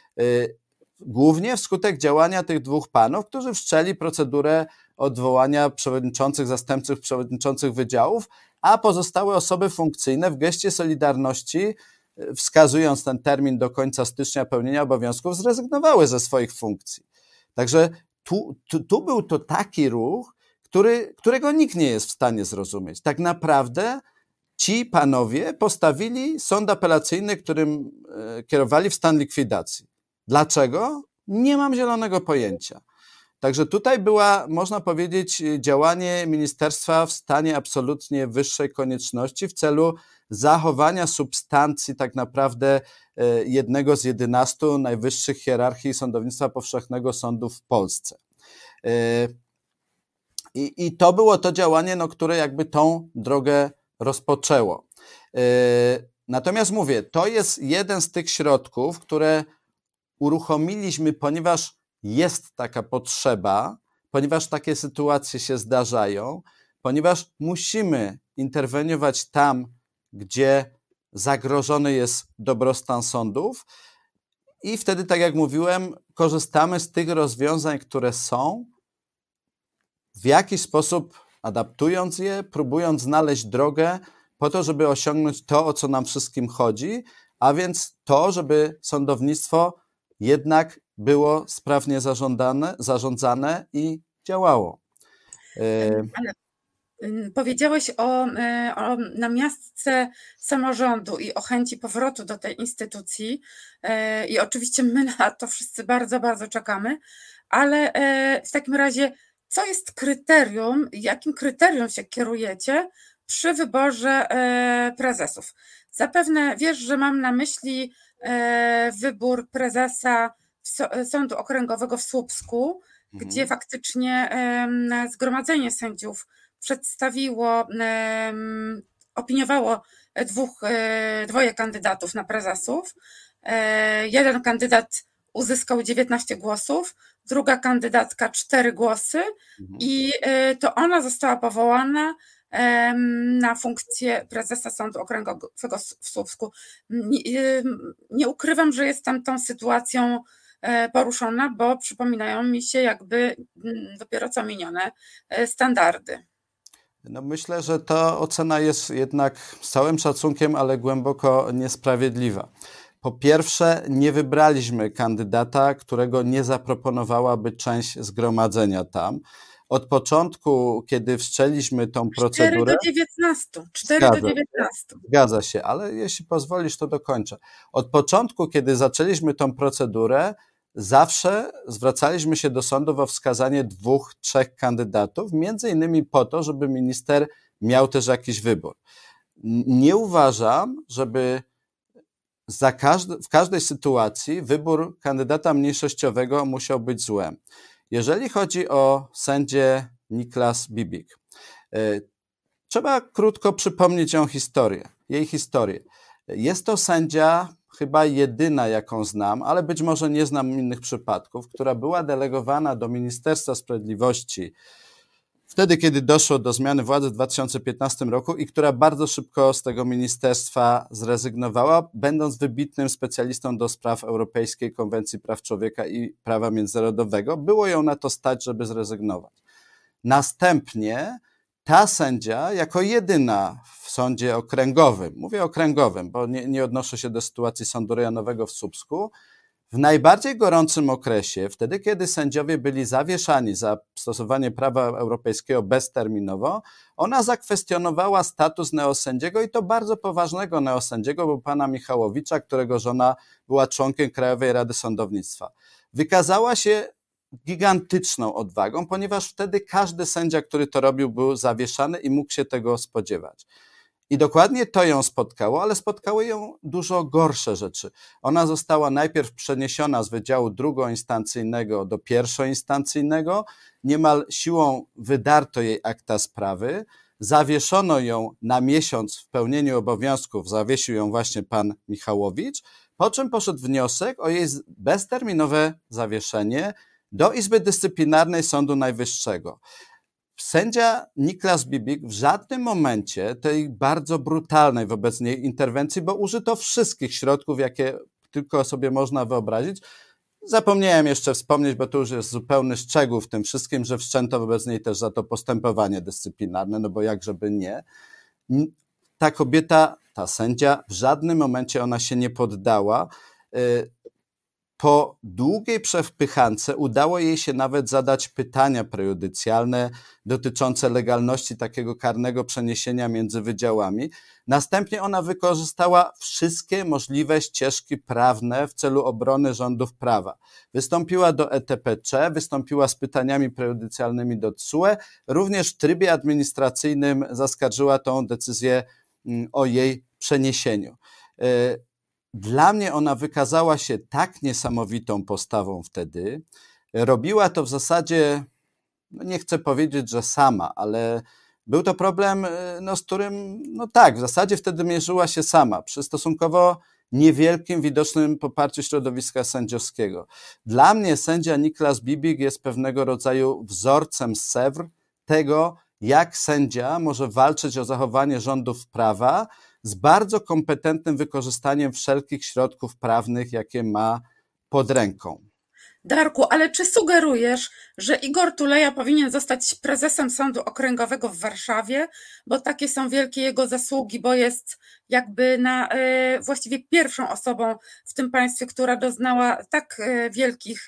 Głównie wskutek działania tych 2 panów, którzy wszczęli procedurę odwołania przewodniczących, zastępców przewodniczących wydziałów, a pozostałe osoby funkcyjne w geście solidarności, wskazując ten termin do końca stycznia pełnienia obowiązków, zrezygnowały ze swoich funkcji. Także tu był to taki ruch, którego nikt nie jest w stanie zrozumieć. Tak naprawdę ci panowie postawili sąd apelacyjny, którym kierowali, w stan likwidacji. Dlaczego? Nie mam zielonego pojęcia. Także tutaj była, można powiedzieć, działanie ministerstwa w stanie absolutnie wyższej konieczności w celu zachowania substancji tak naprawdę jednego z 11 najwyższych hierarchii sądownictwa powszechnego sądów w Polsce. I to było to działanie, które jakby tą drogę rozpoczęło. Natomiast mówię, to jest jeden z tych środków, które uruchomiliśmy, ponieważ jest taka potrzeba, ponieważ takie sytuacje się zdarzają, ponieważ musimy interweniować tam, gdzie zagrożony jest dobrostan sądów i wtedy, tak jak mówiłem, korzystamy z tych rozwiązań, które są, w jakiś sposób adaptując je, próbując znaleźć drogę po to, żeby osiągnąć to, o co nam wszystkim chodzi, a więc to, żeby sądownictwo jednak było sprawnie zarządzane i działało. Ale powiedziałeś o namiastce samorządu i o chęci powrotu do tej instytucji i oczywiście my na to wszyscy bardzo, bardzo czekamy, ale w takim razie co jest kryterium, jakim kryterium się kierujecie przy wyborze prezesów? Zapewne wiesz, że mam na myśli wybór prezesa Sądu Okręgowego w Słupsku, gdzie faktycznie zgromadzenie sędziów przedstawiło, opiniowało dwoje kandydatów na prezesów. Jeden kandydat uzyskał 19 głosów, druga kandydatka 4 głosy i to ona została powołana na funkcję prezesa Sądu Okręgowego w Słupsku. Nie ukrywam, że jestem tą sytuacją poruszona, bo przypominają mi się jakby dopiero co minione standardy. Myślę, że ta ocena jest jednak z całym szacunkiem, ale głęboko niesprawiedliwa. Po pierwsze, nie wybraliśmy kandydata, którego nie zaproponowałaby część zgromadzenia tam. Od początku, kiedy wszczęliśmy tą procedurę... 4 do 19. Zgadza się, ale jeśli pozwolisz, to dokończę. Od początku, kiedy zaczęliśmy tą procedurę, zawsze zwracaliśmy się do sądu o wskazanie 2-3 kandydatów, między innymi po to, żeby minister miał też jakiś wybór. Nie uważam, żeby w każdej sytuacji wybór kandydata mniejszościowego musiał być złem. Jeżeli chodzi o sędzię Niklas Bibik, trzeba krótko przypomnieć jej historię. Jest to sędzia, chyba jedyna, jaką znam, ale być może nie znam innych przypadków, która była delegowana do Ministerstwa Sprawiedliwości wtedy, kiedy doszło do zmiany władzy w 2015 roku i która bardzo szybko z tego ministerstwa zrezygnowała, będąc wybitnym specjalistą do spraw Europejskiej Konwencji Praw Człowieka i prawa międzynarodowego. Było ją na to stać, żeby zrezygnować. Następnie ta sędzia jako jedyna w sądzie okręgowym, mówię okręgowym, bo nie odnoszę się do sytuacji sądu rejonowego w Słupsku, w najbardziej gorącym okresie, wtedy kiedy sędziowie byli zawieszani za stosowanie prawa europejskiego bezterminowo, ona zakwestionowała status neosędziego i to bardzo poważnego neosędziego, bo pana Michałowicza, którego żona była członkiem Krajowej Rady Sądownictwa. Wykazała się gigantyczną odwagą, ponieważ wtedy każdy sędzia, który to robił, był zawieszany i mógł się tego spodziewać. I dokładnie to ją spotkało, ale spotkały ją dużo gorsze rzeczy. Ona została najpierw przeniesiona z Wydziału Drugoinstancyjnego do Pierwszoinstancyjnego, niemal siłą wydarto jej akta sprawy, zawieszono ją na miesiąc w pełnieniu obowiązków, zawiesił ją właśnie pan Michałowicz, po czym poszedł wniosek o jej bezterminowe zawieszenie do Izby Dyscyplinarnej Sądu Najwyższego. Sędzia Niklas Bibik w żadnym momencie tej bardzo brutalnej wobec niej interwencji, bo użyto wszystkich środków, jakie tylko sobie można wyobrazić. Zapomniałem jeszcze wspomnieć, bo to już jest zupełny szczegół w tym wszystkim, że wszczęto wobec niej też za to postępowanie dyscyplinarne, no bo jakżeby nie. Ta kobieta, ta sędzia, w żadnym momencie ona się nie poddała. po długiej przepychance udało jej się nawet zadać pytania prejudycjalne dotyczące legalności takiego karnego przeniesienia między wydziałami. Następnie ona wykorzystała wszystkie możliwe ścieżki prawne w celu obrony rządów prawa. Wystąpiła do ETPC, wystąpiła z pytaniami prejudycjalnymi do TSUE, również w trybie administracyjnym zaskarżyła tą decyzję o jej przeniesieniu. Dla mnie ona wykazała się tak niesamowitą postawą wtedy. Robiła to w zasadzie, nie chcę powiedzieć, że sama, ale był to problem, z którym, w zasadzie wtedy mierzyła się sama, przy stosunkowo niewielkim, widocznym poparciu środowiska sędziowskiego. Dla mnie sędzia Niklas Bibik jest pewnego rodzaju wzorcem z Sewr tego, jak sędzia może walczyć o zachowanie rządów prawa z bardzo kompetentnym wykorzystaniem wszelkich środków prawnych, jakie ma pod ręką. Darku, ale czy sugerujesz, że Igor Tuleja powinien zostać prezesem Sądu Okręgowego w Warszawie, bo takie są wielkie jego zasługi, bo jest jakby właściwie pierwszą osobą w tym państwie, która doznała tak wielkich,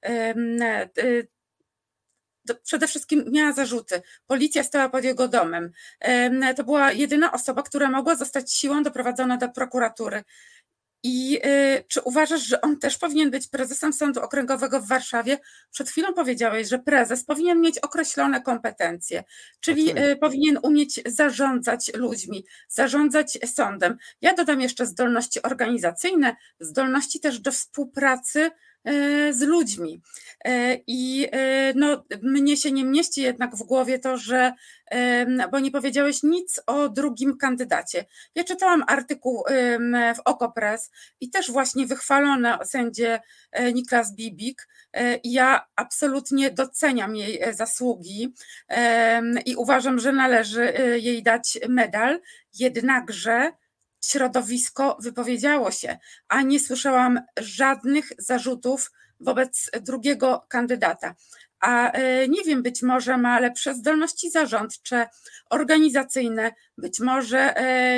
przede wszystkim miała zarzuty. Policja stała pod jego domem. To była jedyna osoba, która mogła zostać siłą doprowadzona do prokuratury. I czy uważasz, że on też powinien być prezesem Sądu Okręgowego w Warszawie? Przed chwilą powiedziałeś, że prezes powinien mieć określone kompetencje, czyli powinien umieć zarządzać ludźmi, zarządzać sądem. Ja dodam jeszcze zdolności organizacyjne, zdolności też do współpracy z ludźmi. I mnie się nie mieści jednak w głowie to, że, bo nie powiedziałeś nic o drugim kandydacie. Ja czytałam artykuł w Okopres i też właśnie wychwalono sędzię Niklas Bibik. Ja absolutnie doceniam jej zasługi i uważam, że należy jej dać medal, jednakże środowisko wypowiedziało się, a nie słyszałam żadnych zarzutów wobec drugiego kandydata. A nie wiem, być może ma lepsze zdolności zarządcze, organizacyjne, być może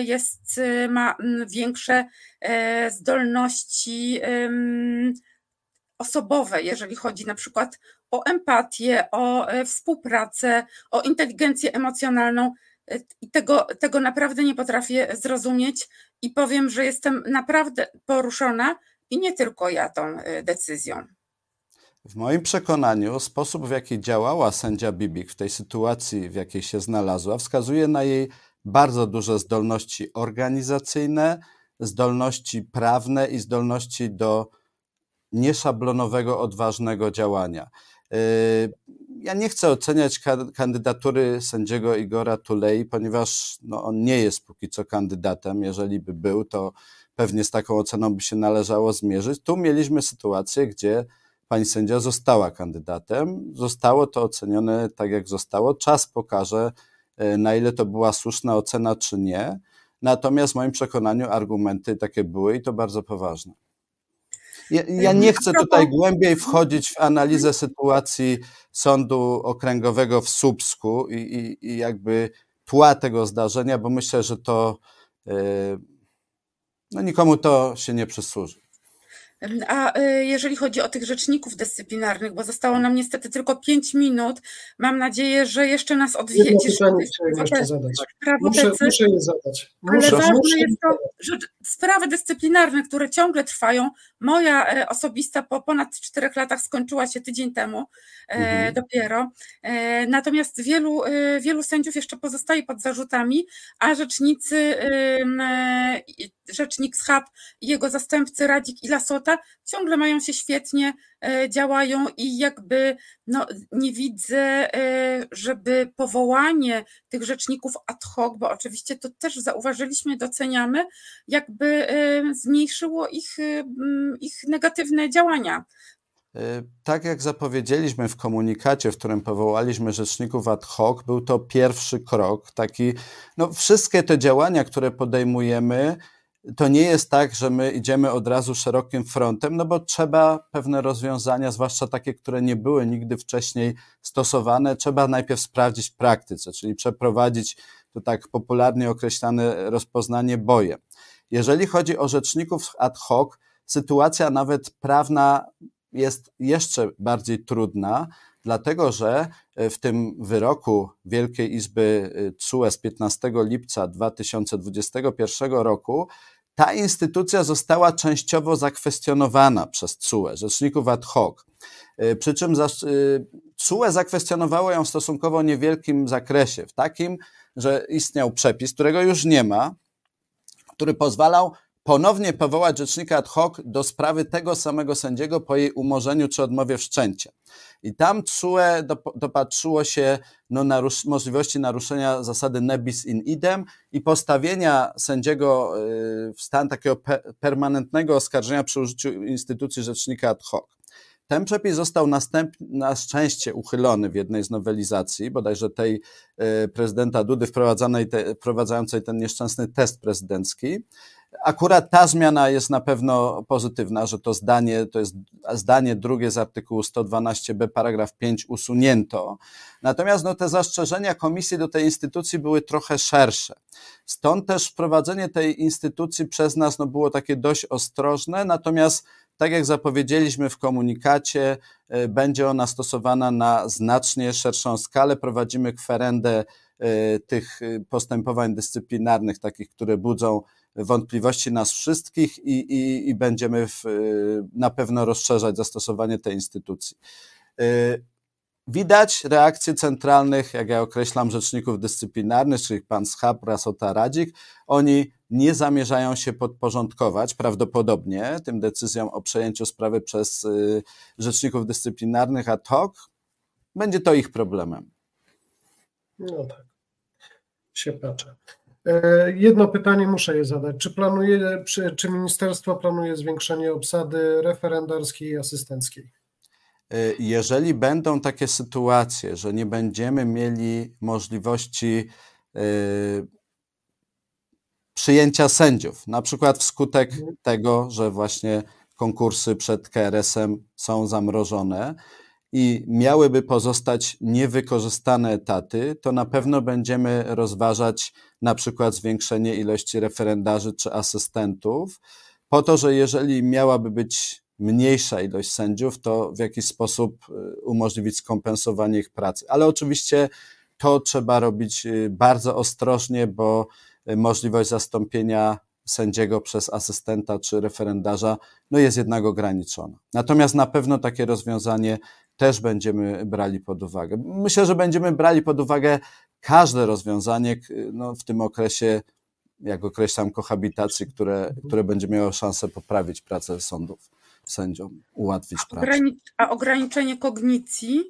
ma większe zdolności osobowe, jeżeli chodzi na przykład o empatię, o współpracę, o inteligencję emocjonalną. I tego naprawdę nie potrafię zrozumieć i powiem, że jestem naprawdę poruszona i nie tylko ja tą decyzją. W moim przekonaniu sposób, w jaki działała sędzia Bibik w tej sytuacji, w jakiej się znalazła, wskazuje na jej bardzo duże zdolności organizacyjne, zdolności prawne i zdolności do nieszablonowego, odważnego działania. Ja nie chcę oceniać kandydatury sędziego Igora Tulei, ponieważ on nie jest póki co kandydatem. Jeżeli by był, to pewnie z taką oceną by się należało zmierzyć. Tu mieliśmy sytuację, gdzie pani sędzia została kandydatem. Zostało to ocenione tak, jak zostało. Czas pokaże, na ile to była słuszna ocena, czy nie. Natomiast w moim przekonaniu argumenty takie były i to bardzo poważne. Ja nie chcę tutaj głębiej wchodzić w analizę sytuacji Sądu Okręgowego w Słupsku i jakby tła tego zdarzenia, bo myślę, że to nikomu to się nie przysłuży. A jeżeli chodzi o tych rzeczników dyscyplinarnych, bo zostało nam niestety tylko 5 minut, mam nadzieję, że jeszcze nas odwiedzisz. Jedno pytanie chciałem jeszcze zadać. Muszę je zadać. Ale ważne jest to, że sprawy dyscyplinarne, które ciągle trwają, moja osobista po ponad 4 latach skończyła się tydzień temu dopiero. Natomiast wielu sędziów jeszcze pozostaje pod zarzutami, a rzecznik Schab i jego zastępcy Radzik i Lasota ciągle mają się świetnie, działają i jakby nie widzę, żeby powołanie tych rzeczników ad hoc, bo oczywiście to też zauważyliśmy, doceniamy, jakby zmniejszyło ich negatywne działania. Tak jak zapowiedzieliśmy w komunikacie, w którym powołaliśmy rzeczników ad hoc, był to pierwszy krok, taki, wszystkie te działania, które podejmujemy, to nie jest tak, że my idziemy od razu szerokim frontem, bo trzeba pewne rozwiązania, zwłaszcza takie, które nie były nigdy wcześniej stosowane, trzeba najpierw sprawdzić w praktyce, czyli przeprowadzić to tak popularnie określane rozpoznanie bojem. Jeżeli chodzi o rzeczników ad hoc, sytuacja nawet prawna jest jeszcze bardziej trudna, dlatego że w tym wyroku Wielkiej Izby TSUE z 15 lipca 2021 roku ta instytucja została częściowo zakwestionowana przez TSUE, rzeczników ad hoc. Przy czym TSUE zakwestionowało ją w stosunkowo niewielkim zakresie, w takim, że istniał przepis, którego już nie ma, który pozwalał ponownie powołać rzecznika ad hoc do sprawy tego samego sędziego po jej umorzeniu czy odmowie wszczęcia. I tam TSUE dopatrzyło się możliwości naruszenia zasady ne bis in idem i postawienia sędziego w stan takiego permanentnego oskarżenia przy użyciu instytucji rzecznika ad hoc. Ten przepis został na szczęście uchylony w jednej z nowelizacji, bodajże tej prezydenta Dudy wprowadzającej ten nieszczęsny test prezydencki. Akurat ta zmiana jest na pewno pozytywna, że to jest zdanie drugie z artykułu 112b paragraf 5 usunięto. Natomiast te zastrzeżenia komisji do tej instytucji były trochę szersze. Stąd też wprowadzenie tej instytucji przez nas było takie dość ostrożne, natomiast tak jak zapowiedzieliśmy w komunikacie, będzie ona stosowana na znacznie szerszą skalę. Prowadzimy kwerendę tych postępowań dyscyplinarnych, takich, które budzą wątpliwości nas wszystkich i będziemy na pewno rozszerzać zastosowanie tej instytucji. Widać reakcje centralnych, jak ja określam, rzeczników dyscyplinarnych, czyli pan Schab, Rasota, Radzik. Oni nie zamierzają się podporządkować prawdopodobnie tym decyzjom o przejęciu sprawy przez rzeczników dyscyplinarnych ad hoc. Będzie to ich problemem. No tak, się patrzę. Jedno pytanie muszę je zadać. Czy ministerstwo planuje zwiększenie obsady referendarskiej i asystenckiej? Jeżeli będą takie sytuacje, że nie będziemy mieli możliwości przyjęcia sędziów, na przykład wskutek tego, że właśnie konkursy przed KRS-em są zamrożone i miałyby pozostać niewykorzystane etaty, to na pewno będziemy rozważać na przykład zwiększenie ilości referendarzy czy asystentów, po to, że jeżeli miałaby być mniejsza ilość sędziów, to w jakiś sposób umożliwić skompensowanie ich pracy. Ale oczywiście to trzeba robić bardzo ostrożnie, bo możliwość zastąpienia sędziego przez asystenta czy referendarza jest jednak ograniczona. Natomiast na pewno takie rozwiązanie też będziemy brali pod uwagę. Myślę, że będziemy brali pod uwagę każde rozwiązanie w tym okresie, jak określam, kohabitacji, które będzie miało szansę poprawić pracę sędziom, ułatwić pracę. A ograniczenie kognicji?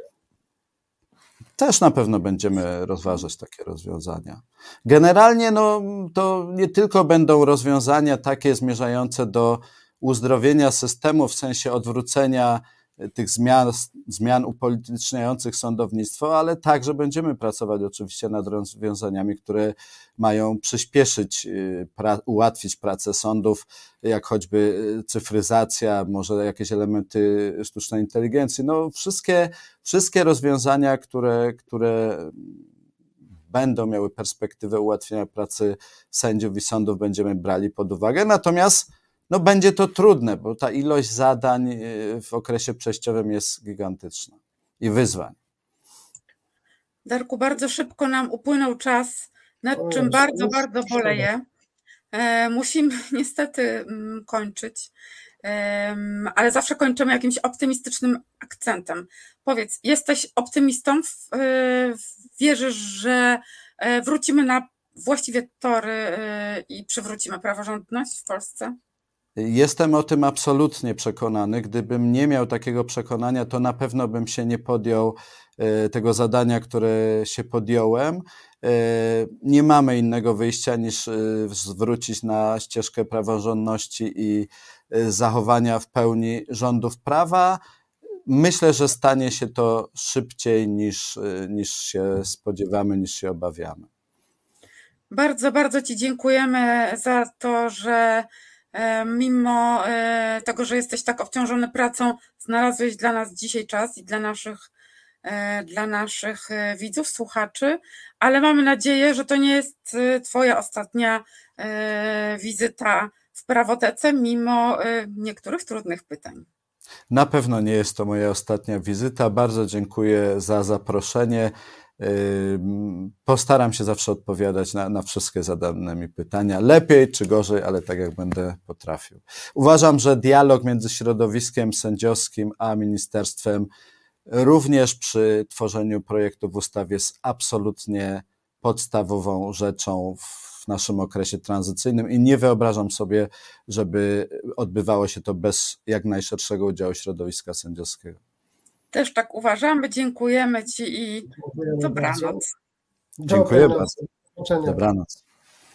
Też na pewno będziemy rozważać takie rozwiązania. Generalnie to nie tylko będą rozwiązania takie zmierzające do uzdrowienia systemu, w sensie odwrócenia tych zmian upolityczniających sądownictwo, ale także będziemy pracować oczywiście nad rozwiązaniami, które mają przyspieszyć, ułatwić pracę sądów, jak choćby cyfryzacja, może jakieś elementy sztucznej inteligencji. Wszystkie rozwiązania, które będą miały perspektywę ułatwienia pracy sędziów i sądów, będziemy brali pod uwagę. Natomiast będzie to trudne, bo ta ilość zadań w okresie przejściowym jest gigantyczna i wyzwań. Darku, bardzo szybko nam upłynął czas, nad czym bardzo boleję. Musimy niestety kończyć, ale zawsze kończymy jakimś optymistycznym akcentem. Powiedz, jesteś optymistą? Wierzysz, że wrócimy na właściwie tory i przywrócimy praworządność w Polsce? Jestem o tym absolutnie przekonany. Gdybym nie miał takiego przekonania, to na pewno bym się nie podjął tego zadania, które się podjąłem. Nie mamy innego wyjścia niż zwrócić na ścieżkę praworządności i zachowania w pełni rządów prawa. Myślę, że stanie się to szybciej niż się spodziewamy, niż się obawiamy. Bardzo, bardzo Ci dziękujemy za to, że mimo tego, że jesteś tak obciążony pracą, znalazłeś dla nas dzisiaj czas i dla naszych widzów, słuchaczy, ale mamy nadzieję, że to nie jest Twoja ostatnia wizyta w prawotece mimo niektórych trudnych pytań. Na pewno nie jest to moja ostatnia wizyta. Bardzo dziękuję za zaproszenie. Postaram się zawsze odpowiadać na wszystkie zadane mi pytania. Lepiej czy gorzej, ale tak jak będę potrafił. Uważam, że dialog między środowiskiem sędziowskim a ministerstwem również przy tworzeniu projektów ustaw jest absolutnie podstawową rzeczą w naszym okresie tranzycyjnym i nie wyobrażam sobie, żeby odbywało się to bez jak najszerszego udziału środowiska sędziowskiego. Też tak uważamy. Dziękujemy Ci i dobranoc. Dziękuję bardzo. Dobranoc.